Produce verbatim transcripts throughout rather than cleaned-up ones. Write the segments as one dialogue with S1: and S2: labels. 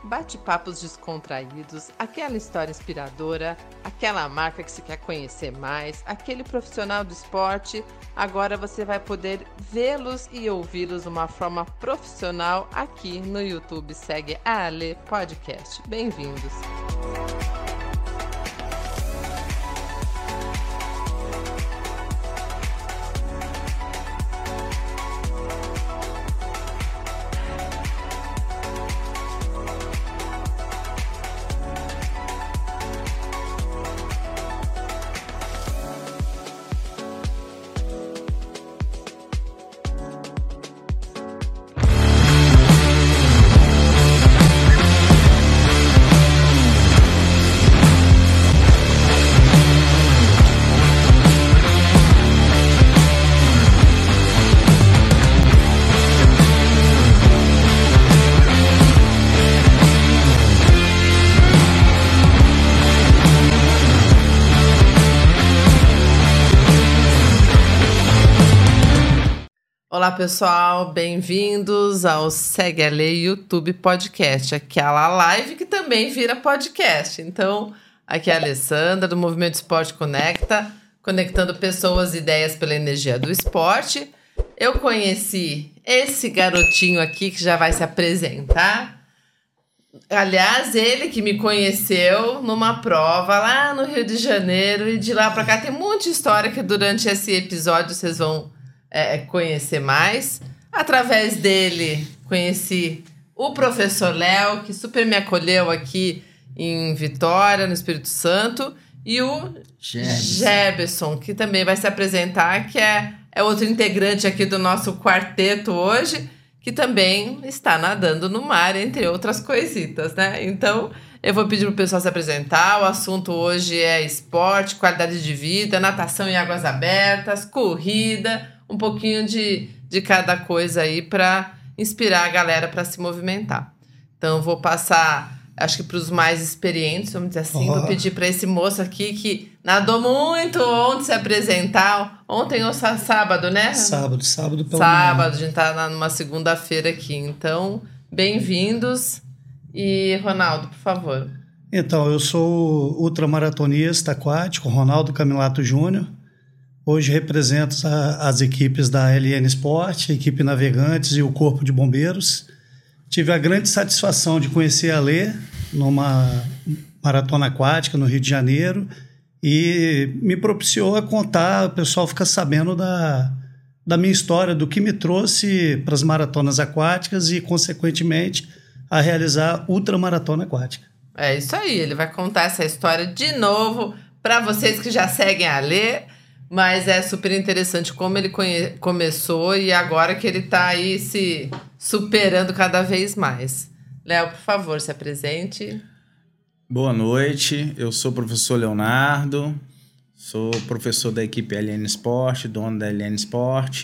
S1: bate-papos descontraídos, aquela história inspiradora, aquela marca que você quer conhecer mais, aquele profissional do esporte. Agora você vai poder vê-los e ouvi-los de uma forma profissional aqui no YouTube. Segue a Ale Podcast. Bem-vindos! Olá pessoal, bem-vindos ao Segue a Lei YouTube Podcast, aquela live que também vira podcast. Então, aqui é a Alessandra do Movimento Esporte Conecta, conectando pessoas e ideias pela energia do esporte. Eu conheci esse garotinho aqui que já vai se apresentar. Aliás, ele que me conheceu numa prova lá no Rio de Janeiro, e de lá pra cá tem um monte de história que durante esse episódio vocês vão É, conhecer mais. Através dele, conheci o professor Léo, que super me acolheu aqui em Vitória, no Espírito Santo, e o Jebson, que também vai se apresentar, que é, é outro integrante aqui do nosso quarteto hoje, que também está nadando no mar, entre outras coisitas, né? Então, eu vou pedir para o pessoal se apresentar. O assunto hoje é esporte, qualidade de vida, natação em águas abertas, corrida, um pouquinho de, de cada coisa aí para inspirar a galera para se movimentar. Então, vou passar, acho que para os mais experientes, vamos dizer assim, oh. Vou pedir para esse moço aqui que nadou muito ontem se apresentar. Ontem ou sábado, né?
S2: Sábado, sábado pelo
S1: Sábado,
S2: menos.
S1: A gente tá numa segunda-feira aqui. Então, bem-vindos. E, Ronaldo, por favor.
S2: Então, eu sou ultramaratonista aquático, Ronaldo Camilato Júnior. Hoje represento a, as equipes da L N Sport, a equipe Navegantes e o Corpo de Bombeiros. Tive a grande satisfação de conhecer a Lê numa maratona aquática no Rio de Janeiro e me propiciou a contar, o pessoal fica sabendo da, da minha história, do que me trouxe para as maratonas aquáticas e, consequentemente, a realizar ultramaratona aquática.
S1: É isso aí, ele vai contar essa história de novo para vocês que já seguem a Lê. Mas é super interessante como ele conhe- começou e agora que ele está aí se superando cada vez mais. Léo, por favor, se apresente.
S3: Boa noite, eu sou o professor Leonardo, sou professor da equipe L N Sport, dono da L N Sport,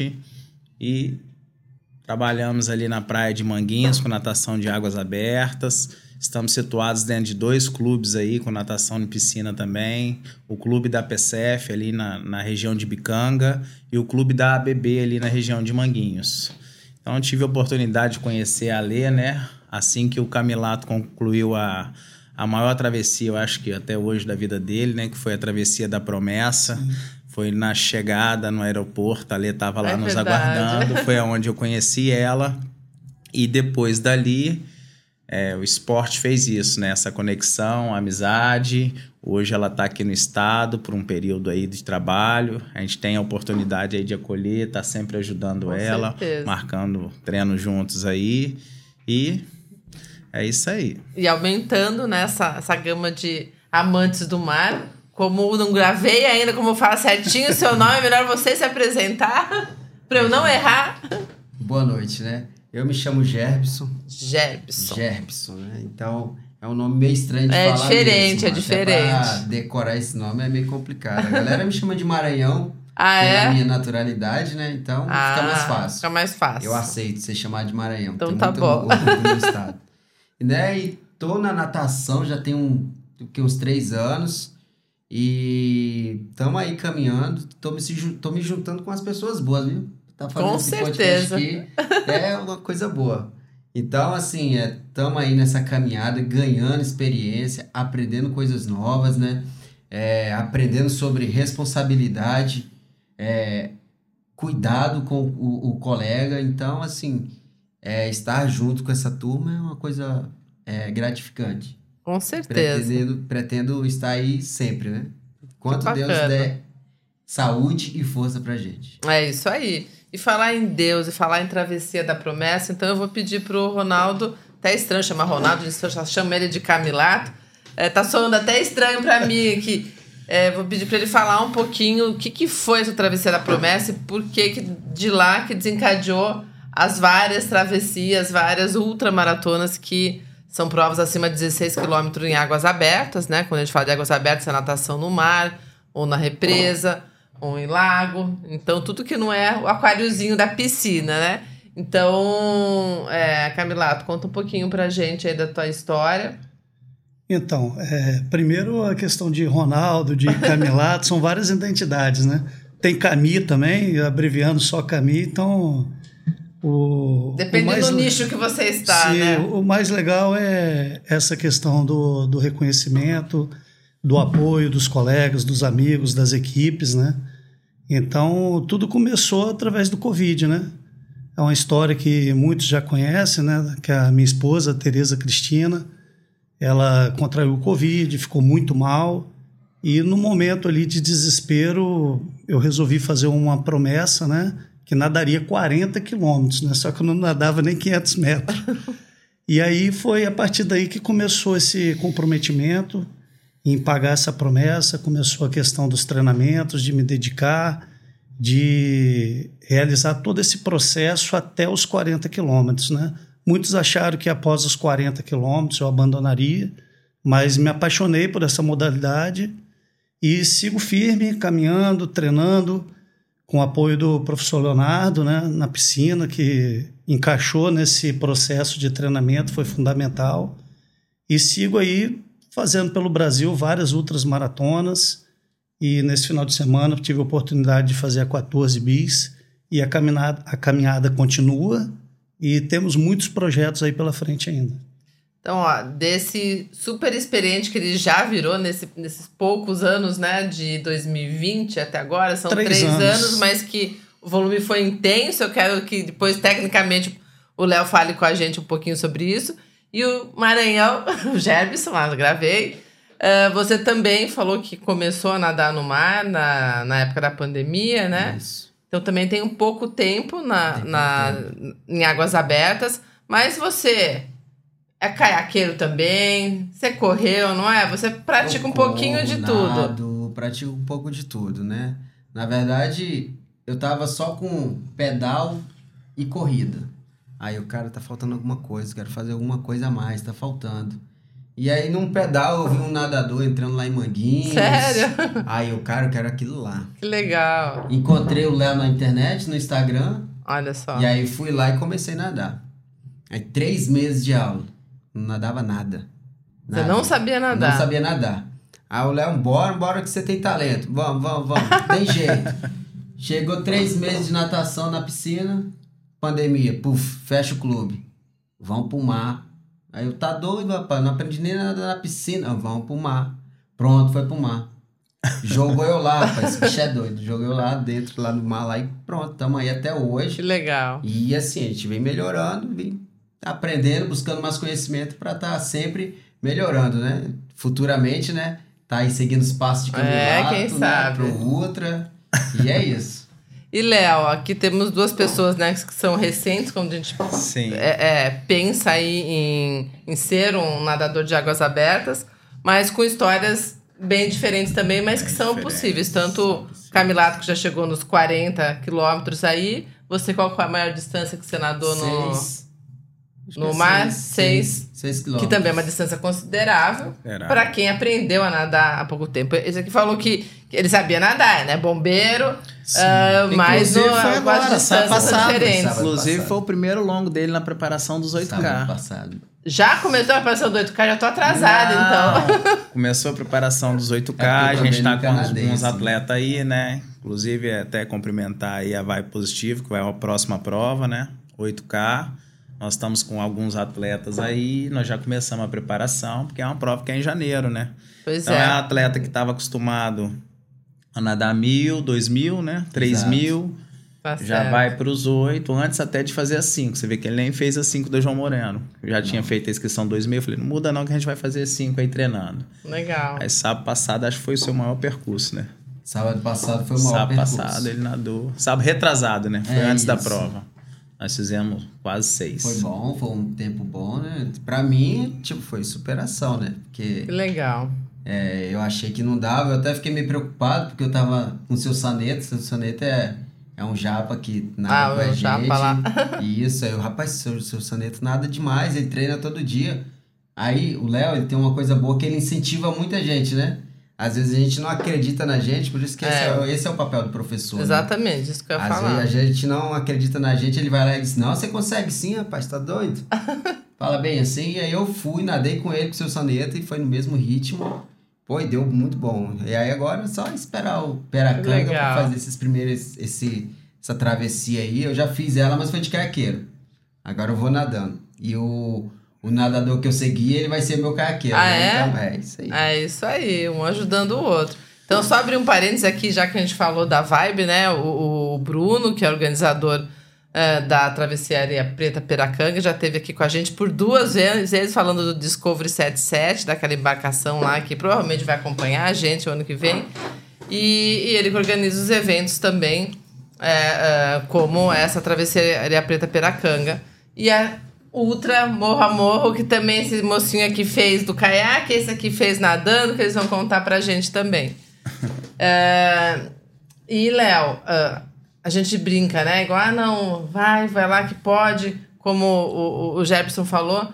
S3: e trabalhamos ali na praia de Manguinhos com natação de águas abertas. Estamos situados dentro de dois clubes aí, com natação em piscina também. O clube da P C F ali na, na região de Bicanga e o clube da A B B ali na região de Manguinhos. Então, eu tive a oportunidade de conhecer a Lê, né? Assim que o Camilato concluiu a, a maior travessia, eu acho que até hoje, da vida dele, né? Que foi a travessia da Promessa. Sim. Foi na chegada no aeroporto, a Lê estava lá é nos verdade. aguardando. Foi onde eu conheci ela. E depois dali... É, o esporte fez isso, né? Essa conexão, amizade. Hoje ela está aqui no estado por um período aí de trabalho. A gente tem a oportunidade aí de acolher, tá sempre ajudando Com ela, certeza. marcando treinos juntos aí. E é isso aí.
S1: E aumentando, né, essa, essa gama de amantes do mar. Como não gravei ainda, como fala certinho o seu nome, é melhor você se apresentar para eu não errar.
S4: Boa noite, né? Eu me chamo Gerbson.
S1: Gerbson.
S4: Gerbson, né? Então, é um nome meio estranho de
S1: é
S4: falar
S1: diferente,
S4: mesmo.
S1: É diferente,
S4: Até pra decorar esse nome é meio complicado. A galera me chama de Maranhão,
S1: ah,
S4: pela
S1: é?
S4: minha naturalidade, né? Então,
S1: ah,
S4: fica mais fácil.
S1: Fica mais fácil.
S4: Eu aceito ser chamado de Maranhão.
S1: Então
S4: Tenho
S1: tá
S4: muito
S1: bom.
S4: orgulho do meu estado. E, né, e tô na natação já tem um, uns três anos. E estamos aí caminhando. Tô me, tô me juntando com as pessoas boas, viu? Tá fazendo
S1: com
S4: esse
S1: certeza.
S4: podcast aqui é uma coisa boa. Então, assim, estamos é, aí nessa caminhada, ganhando experiência, aprendendo coisas novas, né? É, aprendendo sobre responsabilidade, é, cuidado com o, o colega. Então, assim, é, estar junto com essa turma é uma coisa é, gratificante.
S1: Com certeza.
S4: Pretendendo, pretendo estar aí sempre, né? Quanto Deus der saúde e força pra gente.
S1: É isso aí. E falar em Deus e falar em Travessia da Promessa, então eu vou pedir pro Ronaldo, até estranho chamar Ronaldo, eu já chamo ele de Camilato, é, tá soando até estranho pra mim aqui. É, vou pedir para ele falar um pouquinho o que, que foi essa Travessia da Promessa e por que, que de lá que desencadeou as várias travessias, várias ultramaratonas que são provas acima de dezesseis quilômetros em águas abertas, né? Quando a gente fala de águas abertas, é natação no mar, ou na represa, ou em lago. Então, tudo que não é o aquáriozinho da piscina, né? Então, é, Camilato, conta um pouquinho pra gente aí da tua história.
S2: Então, é, primeiro a questão de Ronaldo, de Camilato, são várias identidades, né? Tem Cami também, abreviando só Cami, então... O,
S1: Depende
S2: o mais,
S1: do nicho que você está,
S2: sim,
S1: né?
S2: O mais legal é essa questão do, do reconhecimento, do apoio dos colegas, dos amigos, das equipes, né? Então, tudo começou através do Covid, né? É uma história que muitos já conhecem, né? Que a minha esposa, Tereza Cristina, ela contraiu o Covid, ficou muito mal e no momento ali de desespero eu resolvi fazer uma promessa, né? Que nadaria quarenta quilômetros, né? Só que eu não nadava nem quinhentos metros. E aí foi a partir daí que começou esse comprometimento em pagar essa promessa, começou a questão dos treinamentos, de me dedicar, de realizar todo esse processo até os quarenta quilômetros, né? Muitos acharam que após os quarenta quilômetros eu abandonaria, mas me apaixonei por essa modalidade e sigo firme, caminhando, treinando, com o apoio do professor Leonardo, né, na piscina, que encaixou nesse processo de treinamento, foi fundamental. E sigo aí fazendo pelo Brasil várias outras maratonas. E nesse final de semana tive a oportunidade de fazer a quatorze bis e a caminhada, a caminhada continua e temos muitos projetos aí pela frente ainda.
S1: Então, ó, desse super experiente que ele já virou nesse, nesses poucos anos, né, de dois mil e vinte até agora, são três, três anos. anos, mas que o volume foi intenso. Eu quero que depois, tecnicamente, o Léo fale com a gente um pouquinho sobre isso. E o Maranhão, o Gerbson, lá eu gravei, uh, você também falou que começou a nadar no mar na, na época da pandemia, né?
S4: Isso.
S1: Então também tem um pouco tempo na, na, tempo. em águas abertas, mas você... é caiaqueiro também, você correu, não é? Você pratica eu um corro, pouquinho de
S4: nado,
S1: tudo.
S4: Pratico um pouco de tudo, né? Na verdade, eu tava só com pedal e corrida. Aí o cara, tá faltando alguma coisa, quero fazer alguma coisa a mais, tá faltando. E aí num pedal eu vi um nadador entrando lá em Manguinhos.
S1: Sério?
S4: Aí o cara, eu quero aquilo lá.
S1: Que legal.
S4: Encontrei o Léo na internet, no Instagram.
S1: Olha só.
S4: E aí fui lá e comecei a nadar. Aí três meses de aula. Não nadava nada. nada.
S1: Você não sabia nadar?
S4: Não sabia nadar. Aí o Léo, bora, bora que você tem talento. Vamos, vamos, vamos. Tem jeito. Chegou três meses de natação na piscina, pandemia, puf, fecha o clube. Vamos pro mar. Aí eu, tá doido, rapaz, não aprendi nem nada na piscina. Vamos pro mar. Pronto, foi pro mar. Jogou eu lá, rapaz, esse bicho é doido. Jogou eu lá dentro, lá no mar, lá e pronto, tamo aí até hoje.
S1: Que legal.
S4: E assim, a gente vem melhorando, vem aprendendo, buscando mais conhecimento para estar tá sempre melhorando, né? Futuramente, né? Tá aí seguindo os passos de Camilato,
S1: é, quem
S4: né?
S1: sabe.
S4: Pro Ultra. E é isso.
S1: E, Léo, aqui temos duas pessoas, né, que são recentes, quando a gente
S3: Sim.
S1: É, é, pensa aí em, em ser um nadador de águas abertas, mas com histórias bem diferentes também, mas bem que são possíveis. Tanto Camilato, que já chegou nos quarenta quilômetros aí, você qual foi a maior distância que você nadou
S4: Seis.
S1: no, no mar?
S4: Seis.
S1: Seis.
S4: Seis quilômetros.
S1: Que também é uma distância considerável para quem aprendeu a nadar há pouco tempo. Esse aqui falou que ele sabia nadar, né? Bombeiro, uh, mas no,
S3: foi agora,
S1: as distâncias são diferentes.
S3: Inclusive foi o primeiro longo dele na preparação dos oito K.
S4: Passado.
S1: Já começou a preparação do oito K? Já tô atrasada, então.
S3: Começou a preparação dos oito K, é a gente tá com alguns atletas aí, né? Inclusive até cumprimentar aí a Vai Positivo, que vai a próxima prova, né? oito K. Nós estamos com alguns atletas aí, nós já começamos a preparação, porque é uma prova que é em janeiro, né?
S1: Pois
S3: então
S1: é.
S3: é um atleta que estava acostumado a nadar mil, dois mil, né? Três
S4: Exato.
S3: mil,
S1: Tá
S3: já
S1: certo.
S3: vai para os oito, antes até de fazer as cinco. Você vê que ele nem fez as cinco do João Moreno. Eu já não. tinha feito a inscrição dois mil, eu falei, não muda não que a gente vai fazer cinco aí treinando.
S1: Legal.
S3: Aí sábado passado acho que foi o seu maior percurso, né?
S4: Sábado passado foi o maior
S3: Sábado
S4: percurso.
S3: passado ele nadou. Sábado retrasado, né? Foi
S4: É
S3: antes da
S4: isso.
S3: prova. Nós fizemos quase seis.
S4: Foi bom, foi um tempo bom, né? Pra mim, tipo, foi superação, né? Porque
S1: Que legal.
S4: é, eu achei que não dava, eu até fiquei meio preocupado, porque eu tava com o seu Saneto, seu Saneto é, é um japa que nada
S1: Ah,
S4: com a
S1: o
S4: gente.
S1: japa lá.
S4: Isso, aí o rapaz, seu, seu Saneto nada demais, ele treina todo dia. Aí o Léo, ele tem uma coisa boa que ele incentiva muita gente, né? Às vezes a gente não acredita na gente, por isso que
S1: É.
S4: esse, é, esse é o papel do professor. Né?
S1: Exatamente, isso que eu ia
S4: Às
S1: falar.
S4: vezes a gente não acredita na gente, ele vai lá e diz, não, você consegue sim, rapaz, tá doido? Fala bem assim, e aí eu fui, nadei com ele, com o seu Saneto, e foi no mesmo ritmo. Pô, e deu muito bom. E aí agora é só esperar o Peracanga
S1: Legal.
S4: pra fazer esses primeiros, esse, essa travessia aí. Eu já fiz ela, mas foi de caiaqueiro. Agora eu vou nadando. E o, o nadador que eu segui, ele vai ser meu caiaqueiro.
S1: Ah,
S4: né?
S1: é?
S4: Então, é isso aí.
S1: É isso aí, um ajudando o outro. Então, só abrir um parênteses aqui, já que a gente falou da Vibe, né? O, o Bruno, que é organizador é, da Travessia Areia Preta Peracanga, já esteve aqui com a gente por duas vezes falando do Discovery setenta e sete, daquela embarcação lá que provavelmente vai acompanhar a gente o ano que vem. E, e ele que organiza os eventos também, é, é, como essa Travessia Areia Preta Peracanga. E a Ultra Morro a Morro, que também esse mocinho aqui fez do caiaque, esse aqui fez nadando, que eles vão contar pra gente também. É, e, Léo, uh, a gente brinca, né? Igual, ah, não, vai, vai lá que pode, como o, o, o Jefferson falou,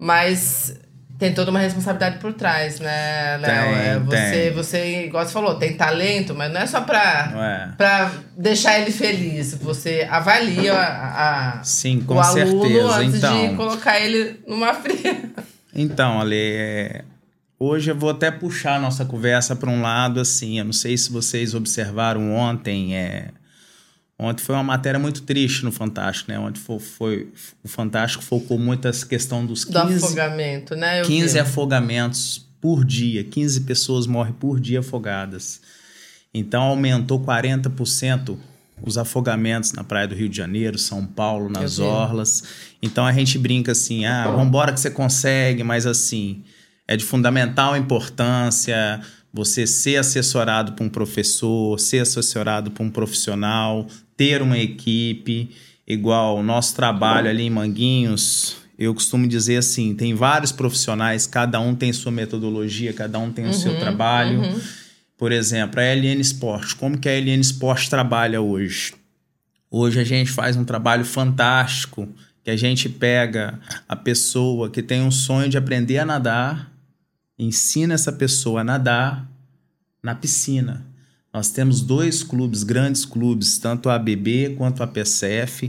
S1: mas tem toda uma responsabilidade por trás, né, Léo?
S3: Tem,
S1: É, você,
S3: tem.
S1: você, igual você falou, tem talento, mas não é só pra,
S3: Ué.
S1: pra deixar ele feliz. Você avalia a, a,
S3: Sim, com
S1: o aluno
S3: certeza.
S1: antes
S3: Então,
S1: de colocar ele numa fria.
S3: então, Ale, é, hoje eu vou até puxar a nossa conversa para um lado, assim, eu não sei se vocês observaram ontem, é, ontem foi uma matéria muito triste no Fantástico, né? Ontem foi, foi, o Fantástico focou muito essa questão dos
S1: Do
S3: quinze,
S1: afogamento, né? Eu
S3: quinze
S1: vi.
S3: afogamentos por dia, quinze pessoas morrem por dia afogadas. Então, aumentou quarenta por cento os afogamentos na praia do Rio de Janeiro, São Paulo, nas
S1: Eu vi.
S3: orlas. Então, a gente brinca assim, ah, vambora que você consegue, mas assim, é de fundamental importância você ser assessorado por um professor, ser assessorado por um profissional, ter uma equipe, igual o nosso trabalho ali em Manguinhos. Eu costumo dizer assim, tem vários profissionais, cada um tem sua metodologia, cada um tem o seu trabalho.
S1: uhum.
S3: Por exemplo, a L N Sport. Como que a L N Sport trabalha hoje? Hoje a gente faz um trabalho fantástico, que a gente pega a pessoa que tem um sonho de aprender a nadar, ensina essa pessoa a nadar na piscina. Nós temos dois clubes, grandes clubes, tanto a A B B quanto a P C F,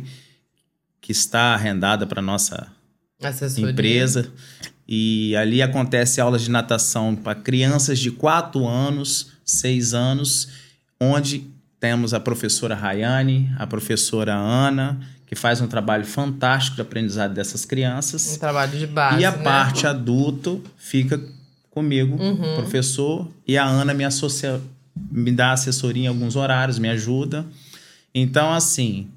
S3: que está arrendada para a nossa
S1: Assessoria.
S3: empresa. E ali acontece aulas de natação para crianças de quatro anos, seis anos, onde temos a professora Rayane, a professora Ana, que faz um trabalho fantástico de aprendizado dessas crianças.
S1: Um trabalho de base,
S3: E a
S1: né?
S3: parte adulto fica comigo,
S1: Uhum.
S3: professor, e a Ana me, associa, me dá assessoria em alguns horários, me ajuda. Então, assim,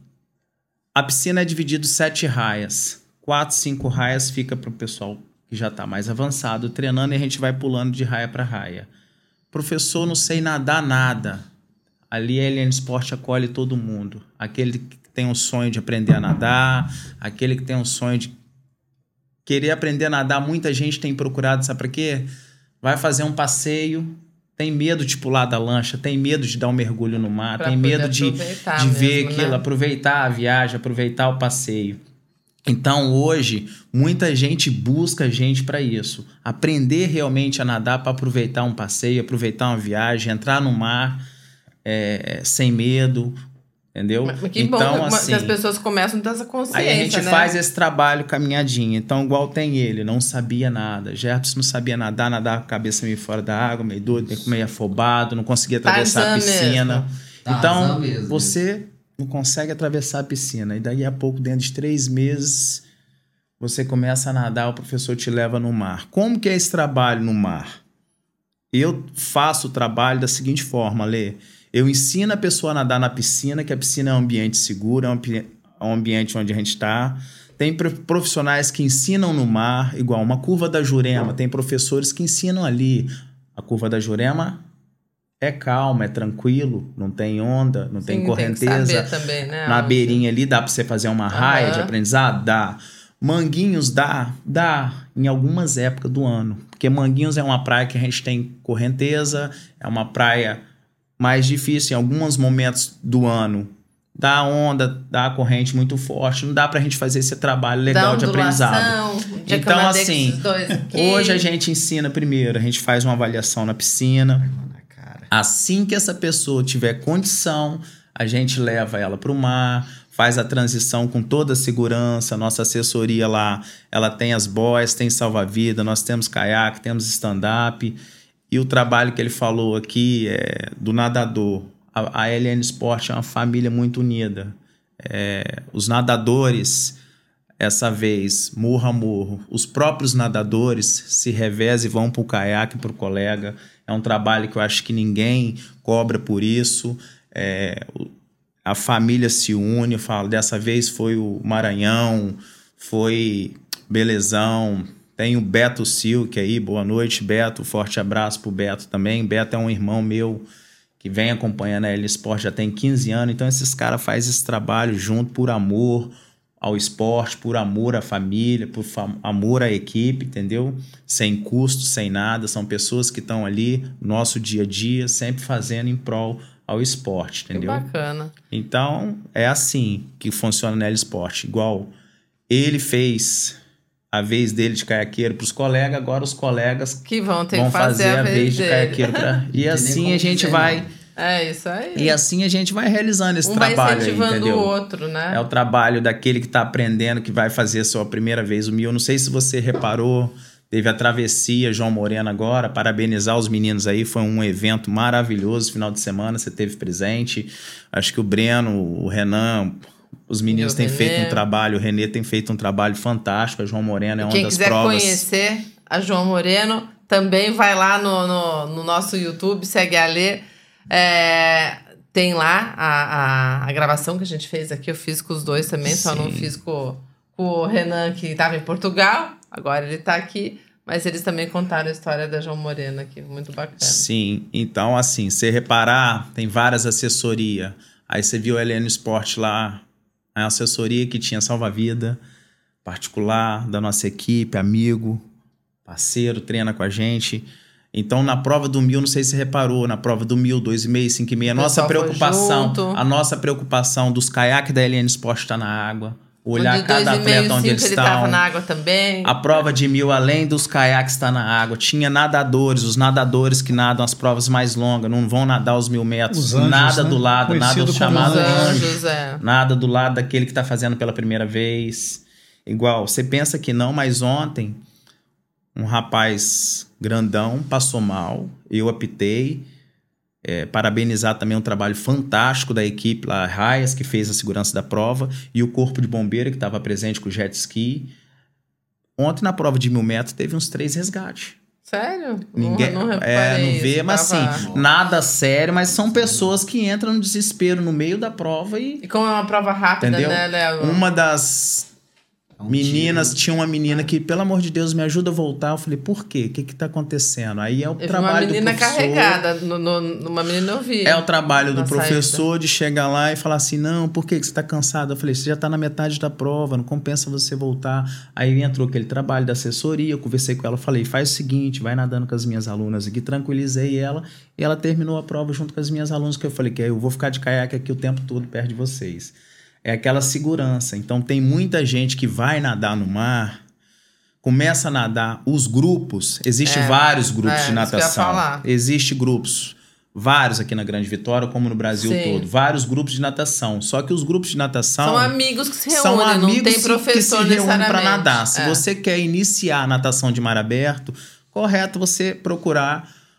S3: a piscina é dividida em sete raias. Quatro, cinco raias fica para o pessoal que já está mais avançado treinando e a gente vai pulando de raia para raia. Professor, não sei nadar nada. Ali a L N Sport acolhe todo mundo. Aquele que tem um sonho de aprender a nadar, aquele que tem um sonho de querer aprender a nadar, muita gente tem procurado, sabe para quê? Vai fazer um passeio, tem medo de pular da lancha, tem medo de dar um mergulho no mar,
S1: Pra
S3: tem
S1: poder
S3: medo de,
S1: aproveitar
S3: de ver
S1: mesmo,
S3: aquilo,
S1: né?
S3: aproveitar a viagem, aproveitar o passeio. Então, hoje, muita gente busca a gente para isso. Aprender realmente a nadar para aproveitar um passeio, aproveitar uma viagem, entrar no mar é, sem medo, entendeu?
S1: Mas que
S3: então,
S1: bom que,
S3: assim,
S1: que as pessoas começam a ter essa consciência,
S3: aí a gente
S1: né?
S3: faz esse trabalho caminhadinha. Então, igual tem ele, não sabia nada. Jefferson não sabia nadar, nadar com a cabeça meio fora da água, meio doido, meio afobado, não conseguia atravessar
S1: Tarzan
S3: a piscina.
S1: mesmo.
S3: Então,
S4: Tarzan mesmo.
S3: você não consegue atravessar a piscina. E daí a pouco, dentro de três meses, você começa a nadar, o professor te leva no mar. Como que é esse trabalho no mar? Eu faço o trabalho da seguinte forma, Lê. Eu ensino a pessoa a nadar na piscina, que a piscina é um ambiente seguro, é um, é um ambiente onde a gente está. Tem profissionais que ensinam no mar, igual uma curva da Jurema. Tem professores que ensinam ali. A curva da Jurema é calma, é tranquilo, não tem onda, não Sim, tem correnteza.
S1: Tem que saber também, né?
S3: Na beirinha ali dá para você fazer uma raia uhum. de aprendizado? Dá. Manguinhos dá? Dá. Em algumas épocas do ano. Porque Manguinhos é uma praia que a gente tem correnteza, é uma praia mais difícil em alguns momentos do ano. Dá onda, dá corrente muito forte. Não dá pra gente fazer esse trabalho legal de aprendizado. Então, assim, hoje a gente ensina primeiro, a gente faz uma avaliação na piscina. Assim que essa pessoa tiver condição, a gente leva ela pro mar, faz a transição com toda a segurança. Nossa assessoria lá, ela tem as boias, tem salva-vida, nós temos caiaque, temos stand-up. E o trabalho que ele falou aqui é do nadador. A, a L N Sport é uma família muito unida. É, os nadadores, essa vez, morro a morro, os próprios nadadores se revezam e vão para o caiaque, para o colega. É um trabalho que eu acho que ninguém cobra por isso. É, a família se une, eu falo, dessa vez foi o Maranhão, foi Belezão, tem o Beto Silk aí, boa noite, Beto, forte abraço pro Beto também. Beto é um irmão meu que vem acompanhando a L Sport já tem quinze anos, então esses caras fazem esse trabalho junto por amor ao esporte, por amor à família, por amor à equipe, entendeu? Sem custo, sem nada, são pessoas que estão ali no nosso dia a dia, sempre fazendo em prol ao esporte, entendeu?
S1: Que bacana.
S3: Então, é assim que funciona na L Sport. Igual ele fez a vez dele de caiaqueiro para os colegas, agora os colegas
S1: que vão, ter
S3: vão
S1: que fazer,
S3: fazer a
S1: vez,
S3: vez
S1: dele.
S3: de caiaqueiro. Pra... E assim a gente vai...
S1: É isso aí.
S3: E assim a gente vai realizando esse
S1: um
S3: trabalho
S1: vai incentivando
S3: aí, entendeu?
S1: o outro, né?
S3: É o trabalho daquele que está aprendendo, que vai fazer a sua primeira vez o mil. Não sei se você reparou, teve a travessia João Moreno agora, parabenizar os meninos aí, foi um evento maravilhoso, final de semana, você teve presente. Acho que o Breno, o Renan, os meninos têm Renê. feito um trabalho, o Renê tem feito um trabalho fantástico, a João Moreno é uma
S1: Quem
S3: das
S1: quiser
S3: provas.
S1: Conhecer a João Moreno, também vai lá no, no, no nosso YouTube, segue a Lê. É, tem lá a, a, a gravação que a gente fez aqui, eu fiz com os dois também, Sim. só não fiz com, com o Renan, que estava em Portugal, agora ele está aqui, mas eles também contaram a história da João Moreno aqui, muito bacana.
S3: Sim, então assim, você reparar, tem várias assessorias, aí você viu a L N Sport lá, a assessoria que tinha salva-vida, particular, da nossa equipe, amigo, parceiro, treina com a gente. Então, na prova do mil, não sei se você reparou, na prova do mil, dois e meio, cinco e meio, a nossa preocupação, a nossa preocupação dos caiaques da L N Sport está na água, olhar cada atleta onde eles estão. Ele estava na
S1: água também.
S3: A prova de mil, além dos caiaques, está na água. Tinha nadadores, os nadadores que nadam as provas mais longas, não vão nadar os mil metros. Os anjos, nada né? do lado, Conhecido nada chamado anjos, anjos é. Nada do lado daquele que está fazendo pela primeira vez. Igual, você pensa que não, mas ontem um rapaz grandão passou mal, eu apitei, é, parabenizar também um trabalho fantástico da equipe lá, Raias, que fez a segurança da prova, e o corpo de bombeiro que estava presente com o jet ski. Ontem na prova de mil metros teve uns três resgates.
S1: Sério?
S3: Ninguém,
S1: não, não
S3: é, não vê,
S1: isso,
S3: mas
S1: tava...
S3: assim, nada sério, mas são pessoas que entram no desespero no meio da prova e...
S1: E como é uma prova rápida,
S3: entendeu?
S1: né, Léo?
S3: Uma das... É um Meninas, tiro. Tinha uma menina que, pelo amor de Deus, me ajuda a voltar. Eu falei, por quê? O que que tá acontecendo? Aí é o eu trabalho do professor...
S1: uma menina carregada, no, no, numa menina eu vi.
S3: É o trabalho do professor
S1: saída.
S3: de chegar lá e falar assim, não, por que que você tá cansado? Eu falei, você já tá na metade da prova, não compensa você voltar. Aí entrou aquele trabalho da assessoria, eu conversei com ela, falei, faz o seguinte, vai nadando com as minhas alunas aqui, tranquilizei ela, e ela terminou a prova junto com as minhas alunas, que eu falei, que eu vou ficar de caiaque aqui o tempo todo perto de vocês. É aquela segurança. Então, tem muita gente que vai nadar no mar, começa a nadar, os grupos, existem é, vários grupos
S1: é,
S3: de natação. Existem grupos, vários aqui na Grande Vitória, como no Brasil Sim. todo. Vários grupos de natação. Só que os grupos de natação...
S1: São amigos que se reúnem,
S3: são amigos
S1: não tem professor
S3: que se reúnem para nadar. Se
S1: é.
S3: você quer iniciar a natação de mar aberto, correto você procurar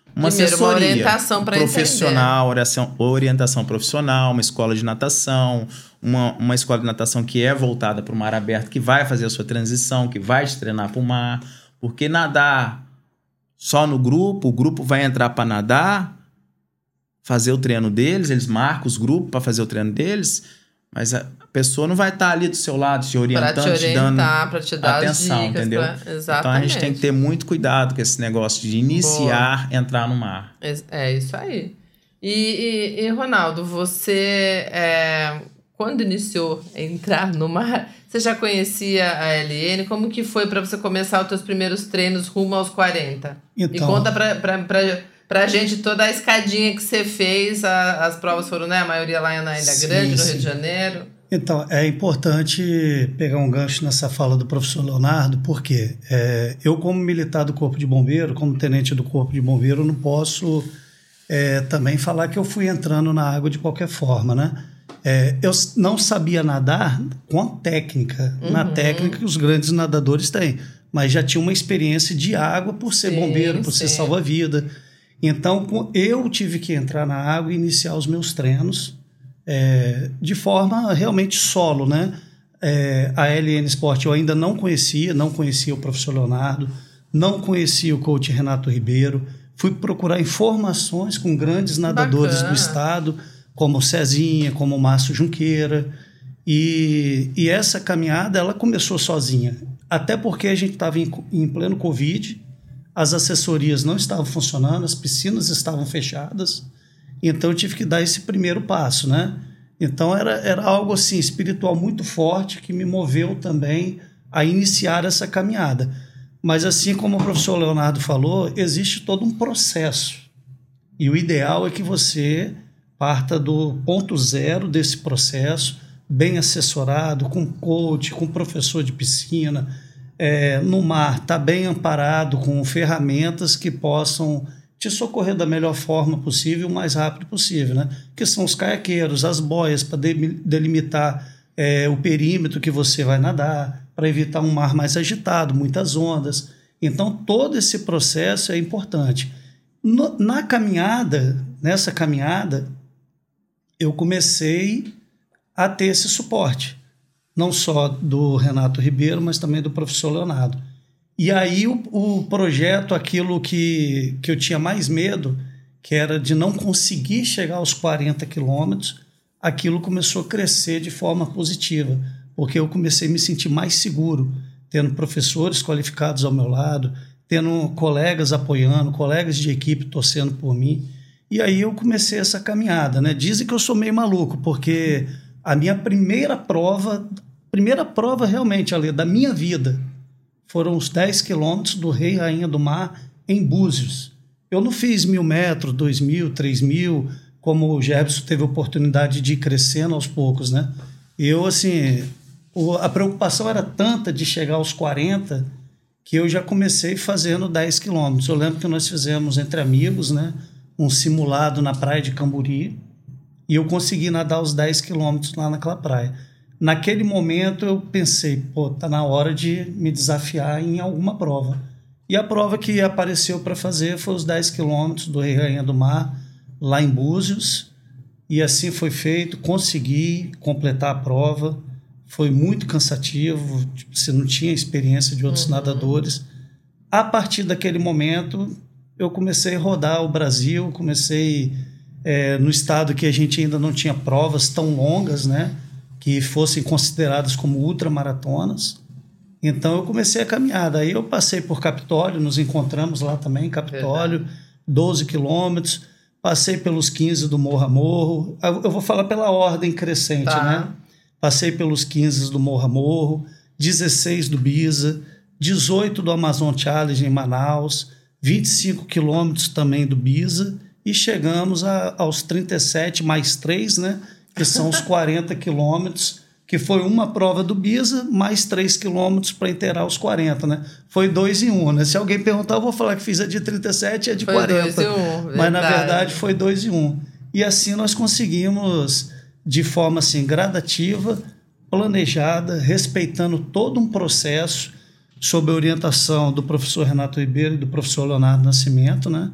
S3: uma
S1: Primeiro,
S3: assessoria.
S1: uma orientação para
S3: profissional, orientação, orientação profissional, uma escola de natação, uma, uma escola de natação que é voltada para o mar aberto, que vai fazer a sua transição, que vai te treinar para o mar. Porque nadar só no grupo, o grupo vai entrar para nadar, fazer o treino deles, eles marcam os grupos para fazer o treino deles, mas a pessoa não vai estar ali do seu lado, te orientando,
S1: pra te,
S3: te dando
S1: pra te dar
S3: atenção,
S1: dicas,
S3: entendeu?
S1: Pra... Exatamente.
S3: Então a gente tem que ter muito cuidado com esse negócio de iniciar, Boa. entrar no mar.
S1: É isso aí. E, e, e Ronaldo, você, é, quando iniciou a entrar no mar, você já conhecia a L N? Como que foi para você começar os seus primeiros treinos rumo aos quarenta? Então, e conta pra, pra, pra, pra gente toda a escadinha que você fez. A, as provas foram, né? A maioria lá na Ilha sim, Grande, no sim. Rio de Janeiro.
S2: Então, é importante pegar um gancho nessa fala do professor Leonardo, porque é, eu, como militar do Corpo de Bombeiro, como tenente do Corpo de Bombeiro, não posso é, também falar que eu fui entrando na água de qualquer forma, né? É, eu não sabia nadar com a técnica, uhum. na técnica que os grandes nadadores têm, mas já tinha uma experiência de água por ser sim, bombeiro, por sim. ser salva-vida. Então, eu tive que entrar na água e iniciar os meus treinos é, de forma realmente solo, né? É, a L N Sport eu ainda não conhecia, não conhecia o professor Leonardo, não conhecia o coach Renato Ribeiro, fui procurar informações com grandes nadadores Bacana. do estado, como o Cezinha, como o Márcio Junqueira, e, e essa caminhada ela começou sozinha, até porque a gente estava em, em pleno Covid, as assessorias não estavam funcionando, as piscinas estavam fechadas, então eu tive que dar esse primeiro passo, né? Então era, era algo assim, espiritual muito forte que me moveu também a iniciar essa caminhada. Mas assim como o professor Leonardo falou, existe todo um processo, e o ideal é que você parta do ponto zero desse processo, bem assessorado, com coach, com professor de piscina, é, no mar, está bem amparado com ferramentas que possam te socorrer da melhor forma possível, o mais rápido possível, né? Que são os caiaqueiros, as boias para delimitar é, o perímetro que você vai nadar, para evitar um mar mais agitado, muitas ondas. Então, todo esse processo é importante. No, na caminhada, nessa caminhada, eu comecei a ter esse suporte, não só do Renato Ribeiro, mas também do professor Leonardo. E aí o, o projeto, aquilo que, que eu tinha mais medo, que era de não conseguir chegar aos quarenta quilômetros, aquilo começou a crescer de forma positiva, porque eu comecei a me sentir mais seguro, tendo professores qualificados ao meu lado, tendo colegas apoiando, colegas de equipe torcendo por mim. E aí eu comecei essa caminhada, né? Dizem que eu sou meio maluco, porque a minha primeira prova, primeira prova realmente, ali, da minha vida, foram os dez quilômetros do Rei e Rainha do Mar em Búzios. Eu não fiz mil metros, dois mil, três mil, como o Gerson teve a oportunidade de ir crescendo aos poucos, né? Eu, assim, o, a preocupação era tanta de chegar aos quarenta que eu já comecei fazendo dez quilômetros. Eu lembro que nós fizemos entre amigos, né? Um simulado na praia de Camburi, e eu consegui nadar os dez quilômetros lá naquela praia. Naquele momento eu pensei, pô, tá na hora de me desafiar em alguma prova. E a prova que apareceu para fazer foi os dez quilômetros do Rei e Rainha do Mar, lá em Búzios, e assim foi feito, consegui completar a prova, foi muito cansativo, você não tinha experiência de outros uhum. nadadores. A partir daquele momento, eu comecei a rodar o Brasil, comecei é, no estado que a gente ainda não tinha provas tão longas, né, que fossem consideradas como ultramaratonas. Então eu comecei a caminhada. Aí eu passei por Capitólio, nos encontramos lá também em Capitólio, Verdade. doze quilômetros, passei pelos quinze do Morro a Morro. Eu vou falar pela ordem crescente, tá. né? Passei pelos quinze do Morro a Morro, dezesseis do Biza, dezoito do Amazon Challenge em Manaus, vinte e cinco quilômetros também do Biza, e chegamos a, aos trinta e sete mais três, né? Que são os quarenta quilômetros, que foi uma prova do Biza, mais três quilômetros para inteirar os quarenta, né? Foi dois em um, né? Se alguém perguntar, eu vou falar que fiz a de trinta e sete e a de foi quarenta. Dois em um, mas, na verdade, foi dois em um. E assim nós conseguimos, de forma assim, gradativa, planejada, respeitando todo um processo, sob a orientação do professor Renato Ribeiro e do professor Leonardo Nascimento, né?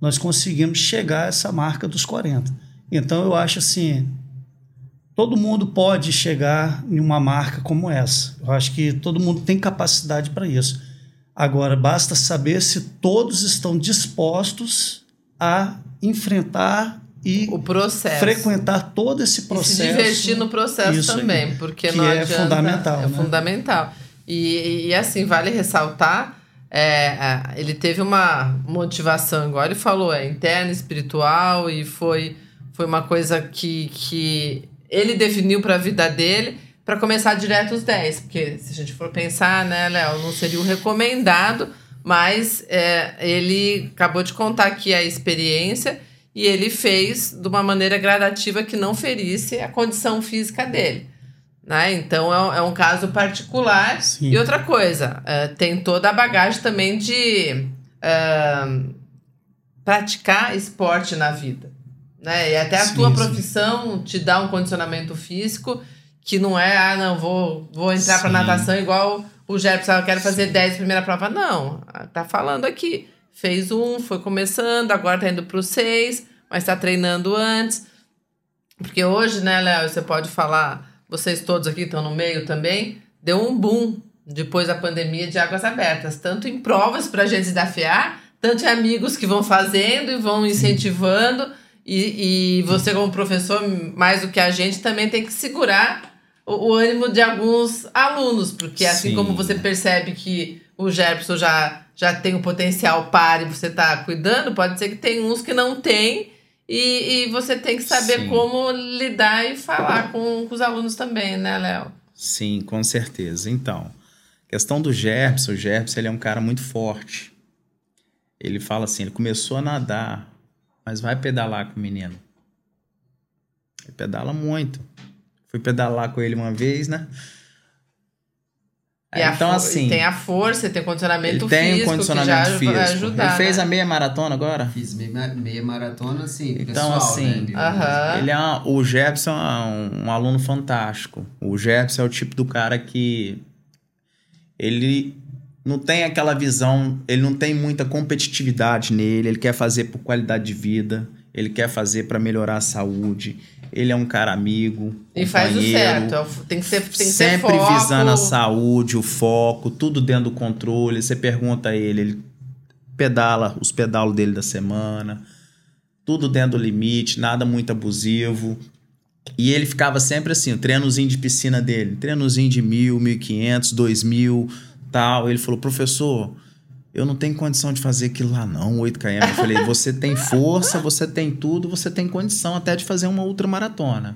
S2: nós conseguimos chegar a essa marca dos quarenta. Então, eu acho assim, todo mundo pode chegar em uma marca como essa. Eu acho que todo mundo tem capacidade para isso. Agora, basta saber se todos estão dispostos a enfrentar e
S1: o processo.
S2: frequentar todo esse processo.
S1: E se divertir no processo
S2: isso
S1: também,
S2: aí,
S1: porque
S2: que
S1: não
S2: é
S1: adianta,
S2: fundamental.
S1: É
S2: né?
S1: fundamental. E, e assim, vale ressaltar, é, ele teve uma motivação, igual ele falou, é interna, espiritual, e foi, foi uma coisa que, que ele definiu para a vida dele, para começar direto os dez. Porque se a gente for pensar, né, Léo, não seria o recomendado, mas é, ele acabou de contar aqui a experiência. E ele fez de uma maneira gradativa que não ferisse a condição física dele. Né? Então, é, é um caso particular.
S2: Sim.
S1: E outra coisa, uh, tem toda a bagagem também de uh, praticar esporte na vida. Né? E até a
S2: Sim,
S1: tua
S2: sim.
S1: profissão te dá um condicionamento físico que não é, ah, não, vou, vou entrar para
S3: Sim.
S1: natação igual o Gerson, eu quero fazer dez primeira prova. Não, tá falando aqui. Fez um, foi começando, agora tá indo pro seis, mas tá treinando antes. Porque hoje, né, Léo, você pode falar, vocês todos aqui estão no meio também, deu um boom depois da pandemia de águas abertas, tanto em provas pra gente se desafiar, tanto em amigos que vão fazendo e vão incentivando, e, e você como professor, mais do que a gente, também tem que segurar o, o ânimo de alguns alunos, porque assim
S3: Sim.
S1: como você percebe que o Gerson já... já tem um potencial par e você está cuidando, pode ser que tem uns que não tem e, e você tem que saber
S3: Sim.
S1: como lidar e falar com, com os alunos também, né, Léo?
S3: Sim, com certeza. Então, questão do Gerson, o Gerson ele é um cara muito forte. Ele fala assim, ele começou a nadar, mas vai pedalar com o menino. Ele pedala muito. Fui pedalar com ele uma vez, né?
S1: E a
S3: então,
S1: fo-
S3: assim,
S1: tem a força, tem condicionamento
S3: ele tem
S1: físico,
S3: um condicionamento
S1: que já
S3: físico.
S1: vai ajudar.
S3: Ele fez
S1: né?
S3: a meia maratona agora?
S4: Fiz meia, meia maratona, assim,
S3: Então,
S4: pessoal,
S3: assim,
S4: né?
S1: Aham.
S3: Ele é uma- o Jefferson é um, um aluno fantástico. O Jefferson é o tipo do cara que ele não tem aquela visão, ele não tem muita competitividade nele, ele quer fazer por qualidade de vida, ele quer fazer para melhorar a saúde. Ele é um cara amigo,
S1: E faz o
S3: companheiro,
S1: certo, é o- tem que ser, tem que ser
S3: sempre
S1: foco.
S3: visando a saúde, o foco, tudo dentro do controle. Você pergunta a ele, ele pedala os pedalos dele da semana, tudo dentro do limite, nada muito abusivo. E ele ficava sempre assim, o treinozinho de piscina dele, treinozinho de mil, mil e quinhentos, dois mil, tal. Ele falou, professor, eu não tenho condição de fazer aquilo lá não, oito quilômetros. Eu falei, você tem força, você tem tudo, você tem condição até de fazer uma ultramaratona.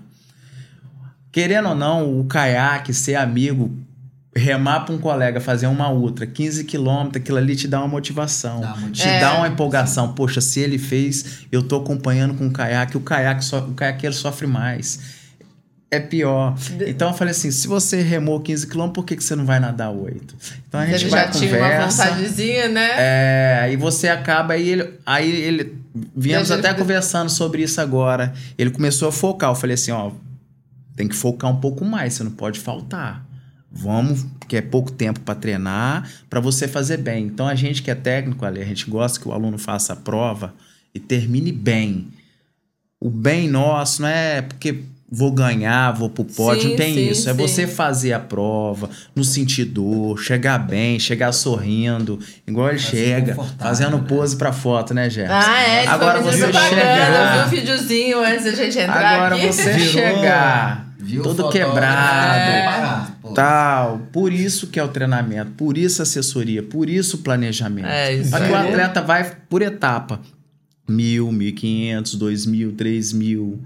S3: Querendo ou não, o caiaque, ser amigo, remar para um colega, fazer uma ultra, quinze quilômetros, aquilo ali te dá uma motivação,
S4: Dá uma
S3: te
S1: É.
S3: dá uma empolgação. Poxa, se ele fez, eu tô acompanhando com o caiaque, o caiaque so, o caiaqueiro sofre mais. É pior. Então eu falei assim, se você remou quinze quilômetros, por que, que você não vai nadar oito? Então a gente
S1: Ele
S3: vai
S1: já tinha uma
S3: conversa.
S1: vontadezinha, né?
S3: É, aí você acaba, aí ele, aí ele viemos
S1: Deixa
S3: até
S1: ele-
S3: conversando sobre isso agora. Ele começou a focar. Eu falei assim, ó, tem que focar um pouco mais, você não pode faltar. Vamos, porque é pouco tempo para treinar, para você fazer bem. Então a gente que é técnico ali, a gente gosta que o aluno faça a prova e termine bem. O bem nosso não é porque vou ganhar, vou pro pódio,
S1: Sim,
S3: não tem
S1: sim,
S3: isso. É
S1: sim.
S3: você fazer a prova, não sentir dor, chegar bem, chegar sorrindo, igual ele
S4: Fazer
S3: chega,
S4: confortável,
S3: fazendo
S4: né?
S3: pose pra foto, né, Gerson?
S1: Ah, é, isso
S3: Agora
S1: foi
S3: você
S1: menino propaganda,
S3: chegar-
S1: eu vi um videozinho antes da gente entrar
S3: Agora
S1: aqui.
S3: você
S2: Virou-
S3: chegar
S4: Viu o
S3: todo
S4: fotógrafo,
S3: quebrado,
S4: né? Parar, pô.
S3: tal. Por isso que é o treinamento, por isso a assessoria, por isso o planejamento.
S1: É, isso
S3: Para que o
S1: aí.
S3: atleta vai por etapa. Mil, mil e quinhentos, dois mil, três mil.